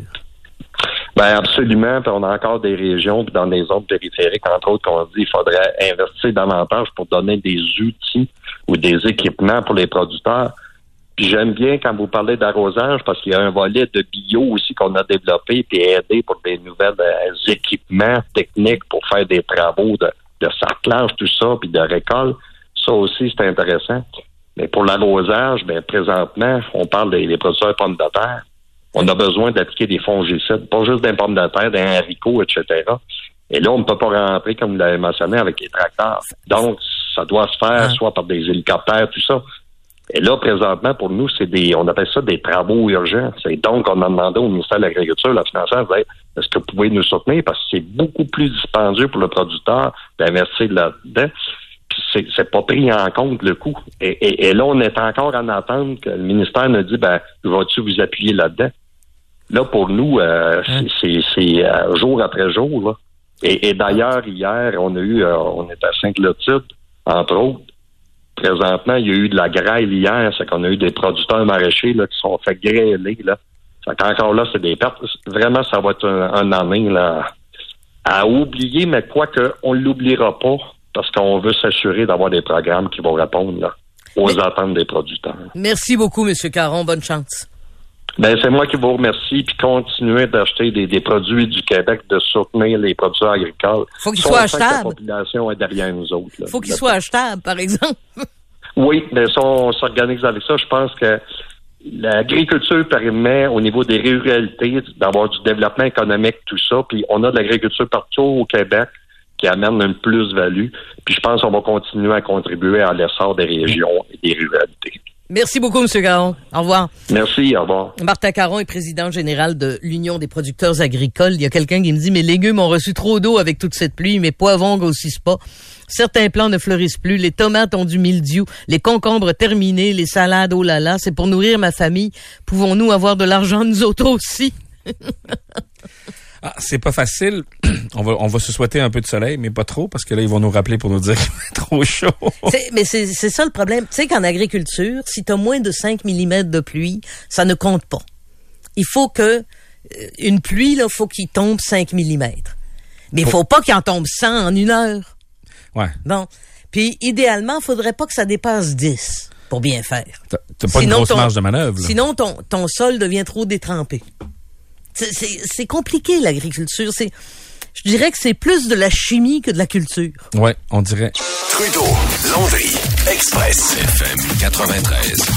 Ben absolument. Puis on a encore des régions puis dans des zones périphériques, entre autres, qu'on dit qu'il faudrait investir davantage pour donner des outils ou des équipements pour les producteurs. Puis j'aime bien quand vous parlez d'arrosage parce qu'il y a un volet de bio aussi qu'on a développé puis aidé pour des nouvelles euh, équipements techniques pour faire des travaux de, de sarclage, tout ça, puis de récolte. Ça aussi, c'est intéressant. Mais pour l'arrosage, ben présentement, on parle des, des producteurs de pommes de terre. On a besoin d'appliquer des fongicides, pas juste des pommes de terre, des haricots, et cetera. Et là, on ne peut pas rentrer, comme vous l'avez mentionné, avec les tracteurs. Donc, ça doit se faire soit par des hélicoptères, tout ça. Et là, présentement, pour nous, c'est des, on appelle ça des travaux urgents. C'est donc, on a demandé au ministère de l'Agriculture, la financière, de dire, est-ce que vous pouvez nous soutenir? Parce que c'est beaucoup plus dispendieux pour le producteur d'investir là-dedans. Puis c'est, c'est pas pris en compte le coût. Et, et, et là, on est encore en attente que le ministère nous dit, ben, vas-tu vous appuyer là-dedans? Là, pour nous, euh, hein? c'est, c'est, c'est euh, jour après jour, là. Et, et d'ailleurs, hier, on a eu, euh, on est à Saint-Clotilde, entre autres. présentement, il y a eu de la grêle hier, c'est qu'on a eu des producteurs maraîchers là, qui sont fait grêler. Là. Fait qu'encore là, c'est des pertes. Vraiment, ça va être un, un année là, à oublier, mais quoi qu'on ne l'oubliera pas, parce qu'on veut s'assurer d'avoir des programmes qui vont répondre là, aux mais, attentes des producteurs. Merci beaucoup, M. Caron. Bonne chance. Ben, c'est moi qui vous remercie, puis continuez d'acheter des, des produits du Québec, de soutenir les producteurs agricoles. Faut qu'ils soient achetables. La population est derrière nous autres. Là. Faut qu'ils soient achetables, par exemple. Oui, mais si on s'organise avec ça, je pense que l'agriculture permet, au niveau des ruralités, d'avoir du développement économique, tout ça, puis on a de l'agriculture partout au Québec qui amène une plus-value, puis je pense qu'on va continuer à contribuer à l'essor des régions et des ruralités. Merci beaucoup, M. Caron. Au revoir. Merci, au revoir. Martin Caron est président général de l'Union des producteurs agricoles. Il y a quelqu'un qui me dit, mes légumes ont reçu trop d'eau avec toute cette pluie, mes poivrons grossissent pas. Certains plants ne fleurissent plus, les tomates ont du mildiou, les concombres terminés, les salades, oh là là, c'est pour nourrir ma famille. Pouvons-nous avoir de l'argent nous autres aussi? Ah, c'est pas facile. On va, on va se souhaiter un peu de soleil, mais pas trop, parce que là, ils vont nous rappeler pour nous dire qu'il est trop chaud. C'est, mais c'est, c'est ça le problème. Tu sais qu'en agriculture, si tu as moins de cinq millimètres de pluie, ça ne compte pas. Il faut que, une pluie, là, faut qu'il tombe cinq millimètres. Mais il faut pas qu'il en tombe cent en une heure. Ouais. Bon. Puis, idéalement, il faudrait pas que ça dépasse dix pour bien faire. T'as, t'as pas sinon, une grosse ton, marge de manœuvre, là. Sinon, ton, ton sol devient trop détrempé. C'est, c'est, c'est compliqué, l'agriculture. C'est, je dirais que c'est plus de la chimie que de la culture. Ouais, on dirait. Trudeau, Landry, Express, F M quatre-vingt-treize.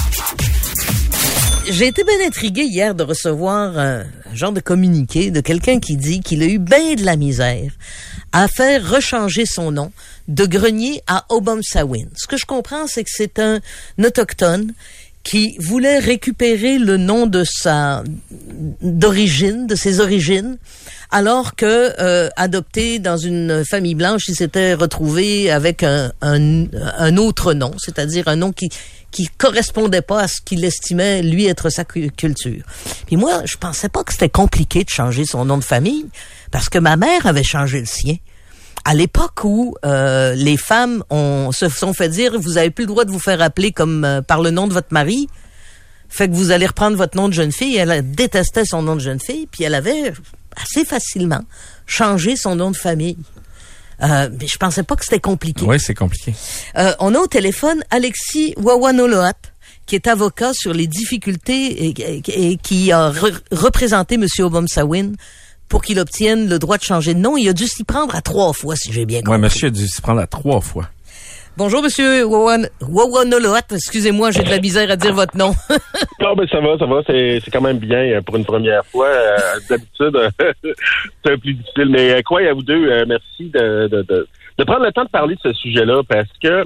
J'ai été bien intrigué hier de recevoir un genre de communiqué de quelqu'un qui dit qu'il a eu bien de la misère à faire rechanger son nom de Grenier à Obomsawin. Ce que je comprends, c'est que c'est un autochtone qui voulait récupérer le nom de sa d'origine, de ses origines, alors que euh, adopté dans une famille blanche, il s'était retrouvé avec un, un, un autre nom, c'est-à-dire un nom qui qui correspondait pas à ce qu'il estimait lui être sa culture. Puis moi, je pensais pas que c'était compliqué de changer son nom de famille, parce que ma mère avait changé le sien. À l'époque où euh, les femmes ont, se sont fait dire « Vous avez plus le droit de vous faire appeler comme euh, par le nom de votre mari, fait que vous allez reprendre votre nom de jeune fille. » Elle détestait son nom de jeune fille, puis elle avait assez facilement changé son nom de famille. Euh, mais je pensais pas que c'était compliqué. Oui, c'est compliqué. Euh, on a au téléphone Alexis Wawanoloat, qui est avocat sur les difficultés et, et, et qui a re- représenté M. Obomsawin pour qu'il obtienne le droit de changer de nom. Il a dû s'y prendre à trois fois, si j'ai bien compris. Oui, monsieur a dû s'y prendre à trois fois. Bonjour, monsieur Wawan- Wawanoloat. Excusez-moi, j'ai de la misère à dire votre nom. Non, ben ça va, ça va. C'est, c'est quand même bien pour une première fois. Euh, d'habitude, c'est un peu plus difficile. Mais quoi, à vous deux, euh, merci de, de, de, de prendre le temps de parler de ce sujet-là, parce que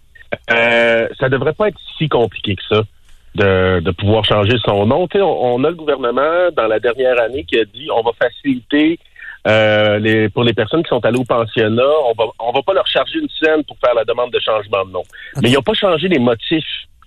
euh, ça devrait pas être si compliqué que ça. De, de pouvoir changer son nom. Tu sais, on, on a le gouvernement, dans la dernière année, qui a dit on va faciliter euh, les, pour les personnes qui sont allées au pensionnat, on va on va pas leur charger une scène pour faire la demande de changement de nom. Okay. Mais ils n'ont pas changé les motifs.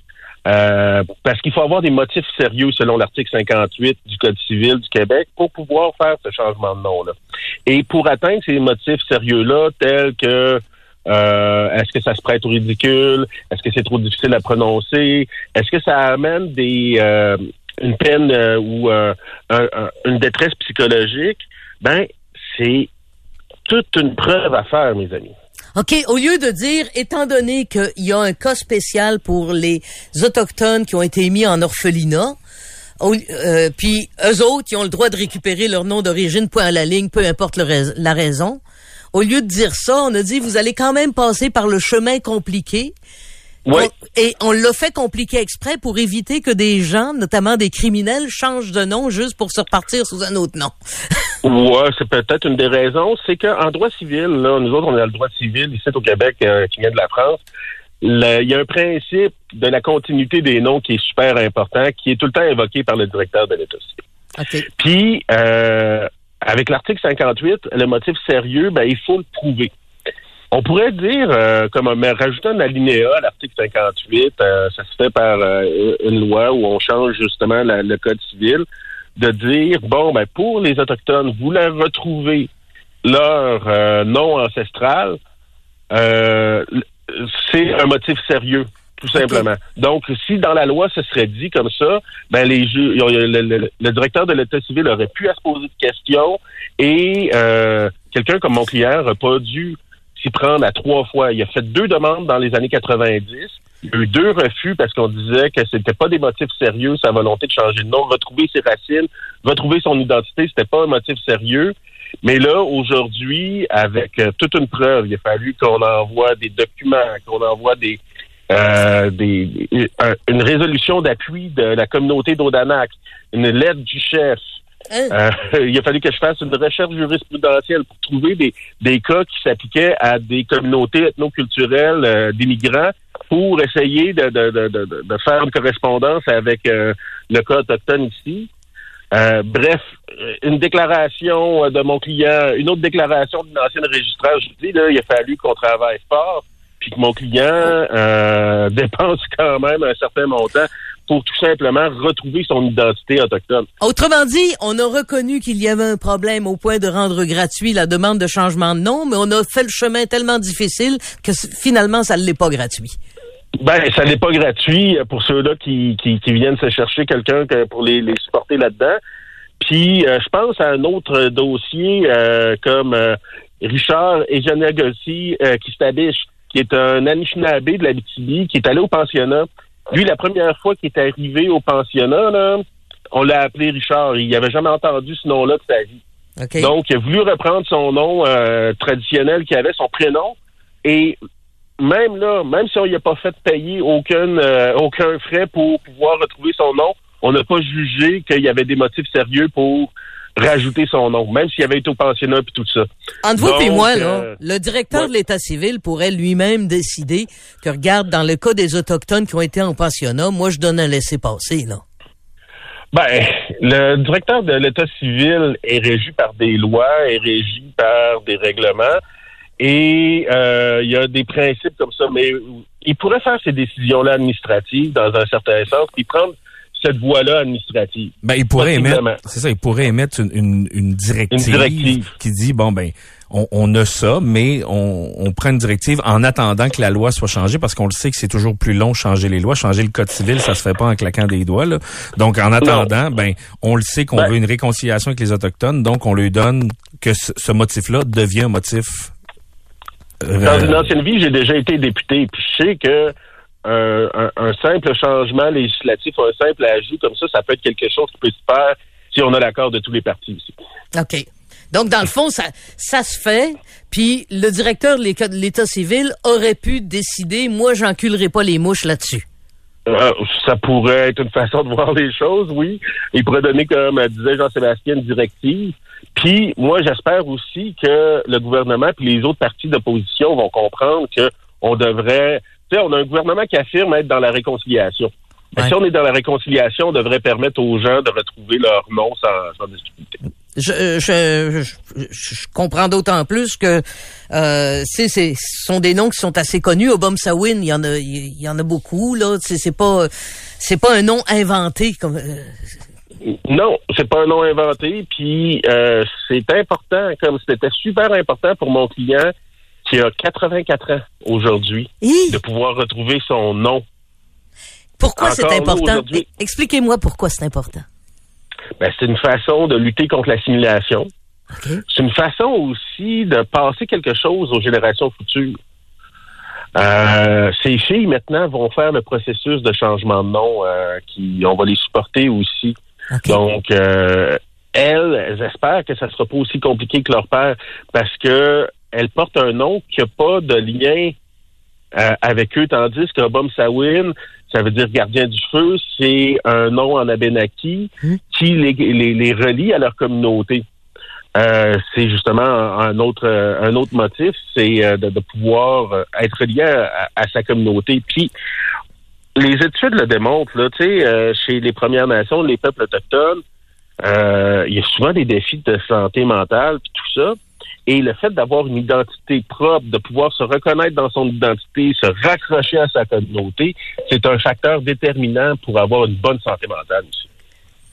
Euh, parce qu'il faut avoir des motifs sérieux selon l'article cinquante-huit du Code civil du Québec pour pouvoir faire ce changement de nom-là. Et pour atteindre ces motifs sérieux-là, tels que Euh, est-ce que ça se prête au ridicule? Est-ce que c'est trop difficile à prononcer? Est-ce que ça amène des euh, une peine euh, ou euh, un, un, une détresse psychologique? Ben, c'est toute une preuve à faire, mes amis. OK, au lieu de dire, étant donné qu'il y a un cas spécial pour les Autochtones qui ont été mis en orphelinat, euh, puis eux autres, ils ont le droit de récupérer leur nom d'origine, point à la ligne, peu importe le rais- la raison. Au lieu de dire ça, on a dit, vous allez quand même passer par le chemin compliqué. Oui. On, et on l'a fait compliqué exprès pour éviter que des gens, notamment des criminels, changent de nom juste pour se repartir sous un autre nom. Ouais, c'est peut-être une des raisons. C'est qu'en droit civil, là, nous autres, on a le droit civil ici au Québec, euh, qui vient de la France. Il y a un principe de la continuité des noms qui est super important, qui est tout le temps évoqué par le directeur de l'État civil. Okay. Puis, euh, avec l'article cinquante-huit, le motif sérieux, ben il faut le prouver. On pourrait dire, euh, comme mais rajouter un alinéa à l'article cinquante-huit, euh, ça se fait par euh, une loi où on change justement la, le Code civil, de dire, bon, ben pour les Autochtones, vous leur retrouvez leur euh, nom ancestral, euh, c'est un motif sérieux. tout simplement. Okay. Donc, si dans la loi, ce serait dit comme ça, ben les ju- le, le, le directeur de l'État civil aurait pu à se poser de questions et euh, quelqu'un comme mon client n'aurait pas dû s'y prendre à trois fois. Il a fait deux demandes dans les années quatre-vingt-dix. Il y a eu deux refus parce qu'on disait que c'était pas des motifs sérieux, sa volonté de changer de nom, retrouver ses racines, retrouver son identité, c'était pas un motif sérieux. Mais là, aujourd'hui, avec euh, toute une preuve, il a fallu qu'on envoie des documents, qu'on envoie des Euh, des, euh, une résolution d'appui de la communauté d'Odanak, une lettre du chef. Euh, il a fallu que je fasse une recherche jurisprudentielle pour trouver des, des cas qui s'appliquaient à des communautés ethnoculturelles euh, d'immigrants pour essayer de, de, de, de, de faire une correspondance avec euh, le cas autochtone ici. Euh, bref, une déclaration de mon client, une autre déclaration d'une ancienne registraire, je vous dis, là, il a fallu qu'on travaille fort. Puis que mon client euh, dépense quand même un certain montant pour tout simplement retrouver son identité autochtone. Autrement dit, on a reconnu qu'il y avait un problème au point de rendre gratuit la demande de changement de nom, mais on a fait le chemin tellement difficile que finalement, ça ne l'est pas gratuit. Ben, ça n'est pas gratuit pour ceux-là qui, qui, qui viennent se chercher quelqu'un que, pour les, les supporter là-dedans. Puis, euh, je pense à un autre dossier euh, comme euh, Richard Ejanagossi euh, qui s'abiche, qui est un Anishinaabe de l'Abitibi, qui est allé au pensionnat. Lui, la première fois qu'il est arrivé au pensionnat, là, on l'a appelé Richard. Il n'avait jamais entendu ce nom-là de sa vie. Okay. Donc, il a voulu reprendre son nom euh, traditionnel qu'il avait, son prénom. Et même là, même si on n'y a pas fait payer aucun, euh, aucun frais pour pouvoir retrouver son nom, on n'a pas jugé qu'il y avait des motifs sérieux pour rajouter son nom, même s'il avait été au pensionnat et tout ça. Entre vous et moi, là, euh, le directeur ouais. de l'État civil pourrait lui-même décider que, regarde, dans le cas des Autochtones qui ont été en pensionnat, moi, je donne un laissez-passer, là. Ben, le directeur de l'État civil est régi par des lois, est régi par des règlements, et euh, il y a des principes comme ça, mais il pourrait faire ces décisions-là administratives dans un certain sens, puis prendre cette voie-là administrative. Ben, il pourrait émettre, c'est ça, il pourrait émettre une, une, une, directive, une directive qui dit, bon, ben, on, on a ça, mais on, on prend une directive en attendant que la loi soit changée, parce qu'on le sait que c'est toujours plus long changer les lois. Changer le code civil, ça se fait pas en claquant des doigts, là. Donc, en attendant, non. ben, on le sait qu'on ben, veut une réconciliation avec les Autochtones, donc on lui donne que ce, ce motif-là devient un motif... Euh, Dans une ancienne vie, j'ai déjà été député, puis je sais que Un, un, un simple changement législatif ou un simple ajout comme ça, ça peut être quelque chose qui peut se faire si on a l'accord de tous les partis aussi. OK. Donc, dans le fond, ça, ça se fait, puis le directeur de l'État civil aurait pu décider, moi, j'enculerai pas les mouches là-dessus. Euh, ça pourrait être une façon de voir les choses, oui. Il pourrait donner, comme disait Jean-Sébastien, une directive. Puis, moi, j'espère aussi que le gouvernement puis les autres partis d'opposition vont comprendre que on devrait... Tu sais, on a un gouvernement qui affirme être dans la réconciliation. Mais ouais. Si on est dans la réconciliation, on devrait permettre aux gens de retrouver leur nom sans, sans difficulté. Je, je, je, je comprends d'autant plus que euh, c'est, c'est, ce sont des noms qui sont assez connus. Obomsawin, il y en a, il y en a beaucoup là. C'est, c'est pas, c'est pas un nom inventé comme. Euh... Non, c'est pas un nom inventé. Puis euh, c'est important, comme c'était super important pour mon client qui a quatre-vingt-quatre ans aujourd'hui, Hi. de pouvoir retrouver son nom. Pourquoi Encore c'est important? Là, Expliquez-moi pourquoi c'est important. Ben, c'est une façon de lutter contre l'assimilation. Okay. C'est une façon aussi de passer quelque chose aux générations futures. Euh, ces filles, maintenant, vont faire le processus de changement de nom, euh, qui, on va les supporter aussi. Okay. Donc, euh, elles, elles espèrent que ça ne sera pas aussi compliqué que leur père, parce que elles portent un nom qui n'a pas de lien euh, avec eux, tandis que Obomsawin, ça veut dire gardien du feu, c'est un nom en Abénaki mmh. qui les, les, les relie à leur communauté. Euh, c'est justement un autre un autre motif, c'est de, de pouvoir être lié à, à sa communauté. Puis les études le démontrent, là, tu sais, euh, chez les Premières Nations, les peuples autochtones, euh, il y a souvent des défis de santé mentale, puis tout ça. Et le fait d'avoir une identité propre, de pouvoir se reconnaître dans son identité, se raccrocher à sa communauté, c'est un facteur déterminant pour avoir une bonne santé mentale aussi.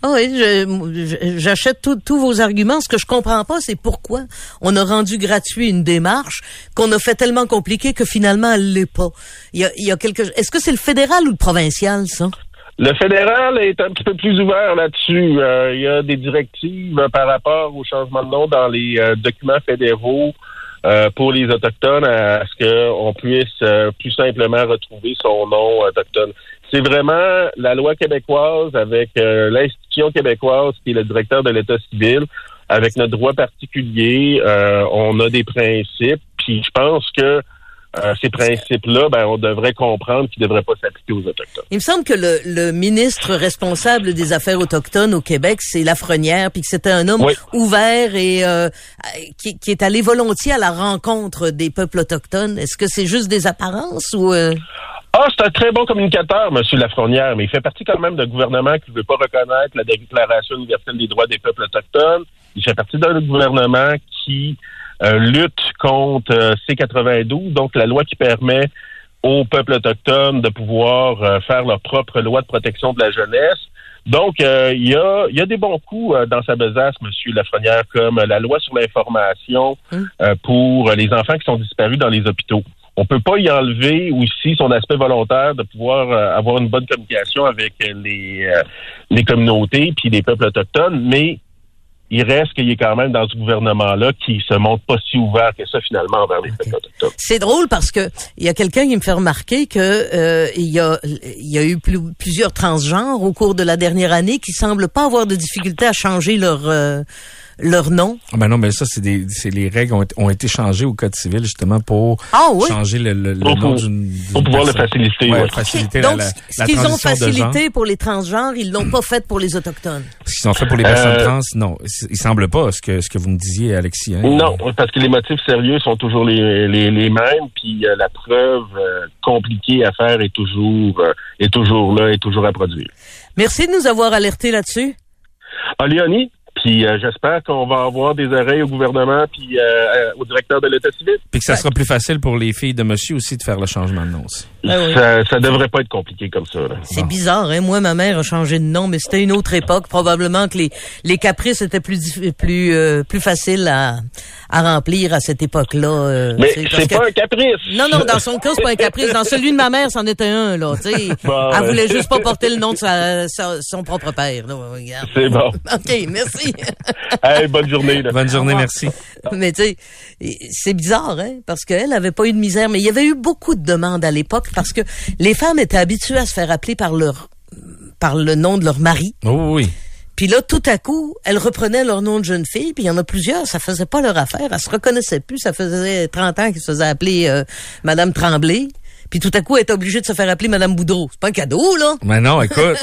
Ah oui, je, je, j'achète tout, tous vos arguments. Ce que je comprends pas, c'est pourquoi on a rendu gratuit une démarche qu'on a fait tellement compliquée que finalement elle l'est pas. Il y a, il y a quelque. Est-ce que c'est le fédéral ou le provincial, ça? Le fédéral est un petit peu plus ouvert là-dessus. Euh, il y a des directives euh, par rapport au changement de nom dans les euh, documents fédéraux euh, pour les Autochtones à, à ce qu'on puisse euh, plus simplement retrouver son nom autochtone. C'est vraiment la loi québécoise avec euh, l'institution québécoise qui est le directeur de l'État civil, avec notre droit particulier. Euh, on a des principes, puis je pense que Euh, ces principes-là, ben, on devrait comprendre qu'ils ne devraient pas s'appliquer aux Autochtones. Il me semble que le, le ministre responsable des Affaires autochtones au Québec, c'est Lafrenière, puis que c'était un homme oui. ouvert et euh, qui, qui est allé volontiers à la rencontre des peuples autochtones. Est-ce que c'est juste des apparences ou... Euh... Ah, c'est un très bon communicateur, M. Lafrenière, mais il fait partie quand même d'un gouvernement qui ne veut pas reconnaître la Déclaration universelle des droits des peuples autochtones. Il fait partie d'un gouvernement qui... Euh, lutte contre euh, C quatre-vingt-douze, donc la loi qui permet aux peuples autochtones de pouvoir euh, faire leur propre loi de protection de la jeunesse. Donc, euh, il y a, il y a des bons coups euh, dans sa besace, M. Lafrenière, comme la loi sur l'information euh, pour les enfants qui sont disparus dans les hôpitaux. On peut pas y enlever aussi son aspect volontaire de pouvoir euh, avoir une bonne communication avec les, euh, les communautés puis les peuples autochtones, mais il reste qu'il est quand même dans ce gouvernement-là qui se montre pas si ouvert que ça, finalement, envers les peuples autochtones. C'est drôle parce que il y a quelqu'un qui me fait remarquer que euh, il y a il y a eu plus, plusieurs transgenres au cours de la dernière année qui semblent pas avoir de difficulté à changer leur euh, leur nom. Ah ben non, mais ça, c'est des, c'est les règles ont, ont été changées au Code civil, justement, pour ah, oui? changer le, le, le pour, nom d'une, d'une pour pouvoir personne. le faciliter. Ouais, ouais. faciliter Donc, la, la, ce la qu'ils ont transition de facilité genre. pour les transgenres, ils l'ont pas fait pour les Autochtones. Ce qu'ils ont fait pour les personnes Euh, trans, non. Il semble pas, ce que, ce que vous me disiez, Alexis. Hein? Non, parce que les motifs sérieux sont toujours les, les, les mêmes, puis euh, la preuve euh, compliquée à faire est toujours, euh, est toujours là, est toujours à produire. Merci de nous avoir alertés là-dessus. Ah, Léonie, puis euh, j'espère qu'on va avoir des oreilles au gouvernement puis euh, euh, au directeur de l'État civil. Puis que ça sera plus facile pour les filles de monsieur aussi de faire le changement de nom aussi. Ah oui. Ça, ça devrait pas être compliqué comme ça. Là. C'est bizarre, hein. Moi, ma mère a changé de nom, mais c'était une autre époque. Probablement que les les caprices étaient plus dif- plus euh, plus faciles à à remplir à cette époque-là. Euh, Mais c'est c'est que... pas un caprice. Non, non, dans son cas, c'est pas un caprice. Dans celui de ma mère, c'en était un, là. Tu sais, bon, elle ouais. voulait juste pas porter le nom de sa, sa son propre père. Là. Regarde. C'est bon. Ok, merci. Hey, bonne journée. Là. Bonne journée, merci. Mais tu sais, c'est bizarre, hein, parce qu'elle avait pas eu de misère, mais il y avait eu beaucoup de demandes à l'époque parce que les femmes étaient habituées à se faire appeler par leur par le nom de leur mari. Oh oui. Puis là, tout à coup, elles reprenaient leur nom de jeune fille, puis il y en a plusieurs, ça faisait pas leur affaire, elles se reconnaissaient plus, ça faisait trente ans qu'elles se faisaient appeler euh, Madame Tremblay, puis tout à coup, elle est obligée de se faire appeler Madame Boudreau. C'est pas un cadeau, là. Mais non, écoute.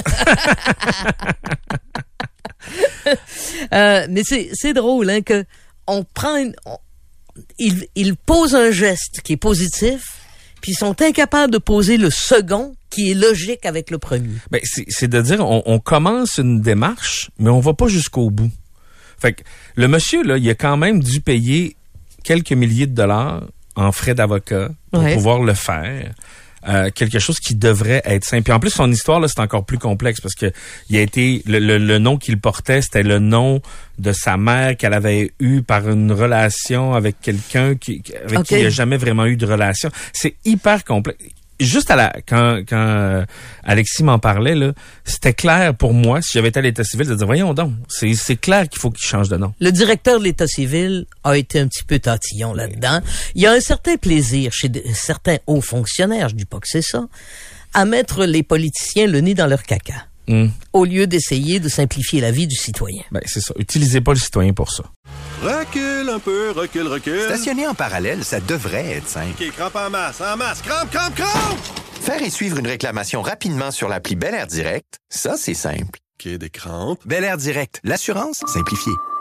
euh, mais c'est c'est drôle, hein, que on prend une, on, ils ils posent un geste qui est positif, puis ils sont incapables de poser le second qui est logique avec le premier. Ben, c'est, c'est de dire, on, on commence une démarche, mais on va pas jusqu'au bout. Fait que le monsieur, là, il a quand même dû payer quelques milliers de dollars en frais d'avocat pour ouais. pouvoir le faire. Euh, quelque chose qui devrait être simple. Puis en plus, son histoire, là, c'est encore plus complexe parce que il a été, le, le, le nom qu'il portait, c'était le nom de sa mère qu'elle avait eu par une relation avec quelqu'un qui, avec okay. qui il n'a jamais vraiment eu de relation. C'est hyper complexe. Juste à la quand quand euh, Alexis m'en parlait là, c'était clair pour moi si j'avais été à l'état civil de dire voyons donc, c'est c'est clair qu'il faut qu'il change de nom. Le directeur de l'état civil a été un petit peu tatillon là-dedans. Il y a un certain plaisir chez de, certains hauts fonctionnaires, je dis pas que c'est ça, à mettre les politiciens le nez dans leur caca. Mm. Au lieu d'essayer de simplifier la vie du citoyen. Ben c'est ça, utilisez pas le citoyen pour ça. Recule un peu, recule, recule. Stationner en parallèle, ça devrait être simple. OK, crampe en masse, en masse, crampe, crampe, crampe! Faire et suivre une réclamation rapidement sur l'appli Bel Air Direct, ça, c'est simple. OK, des crampes. Bel Air Direct, l'assurance simplifiée.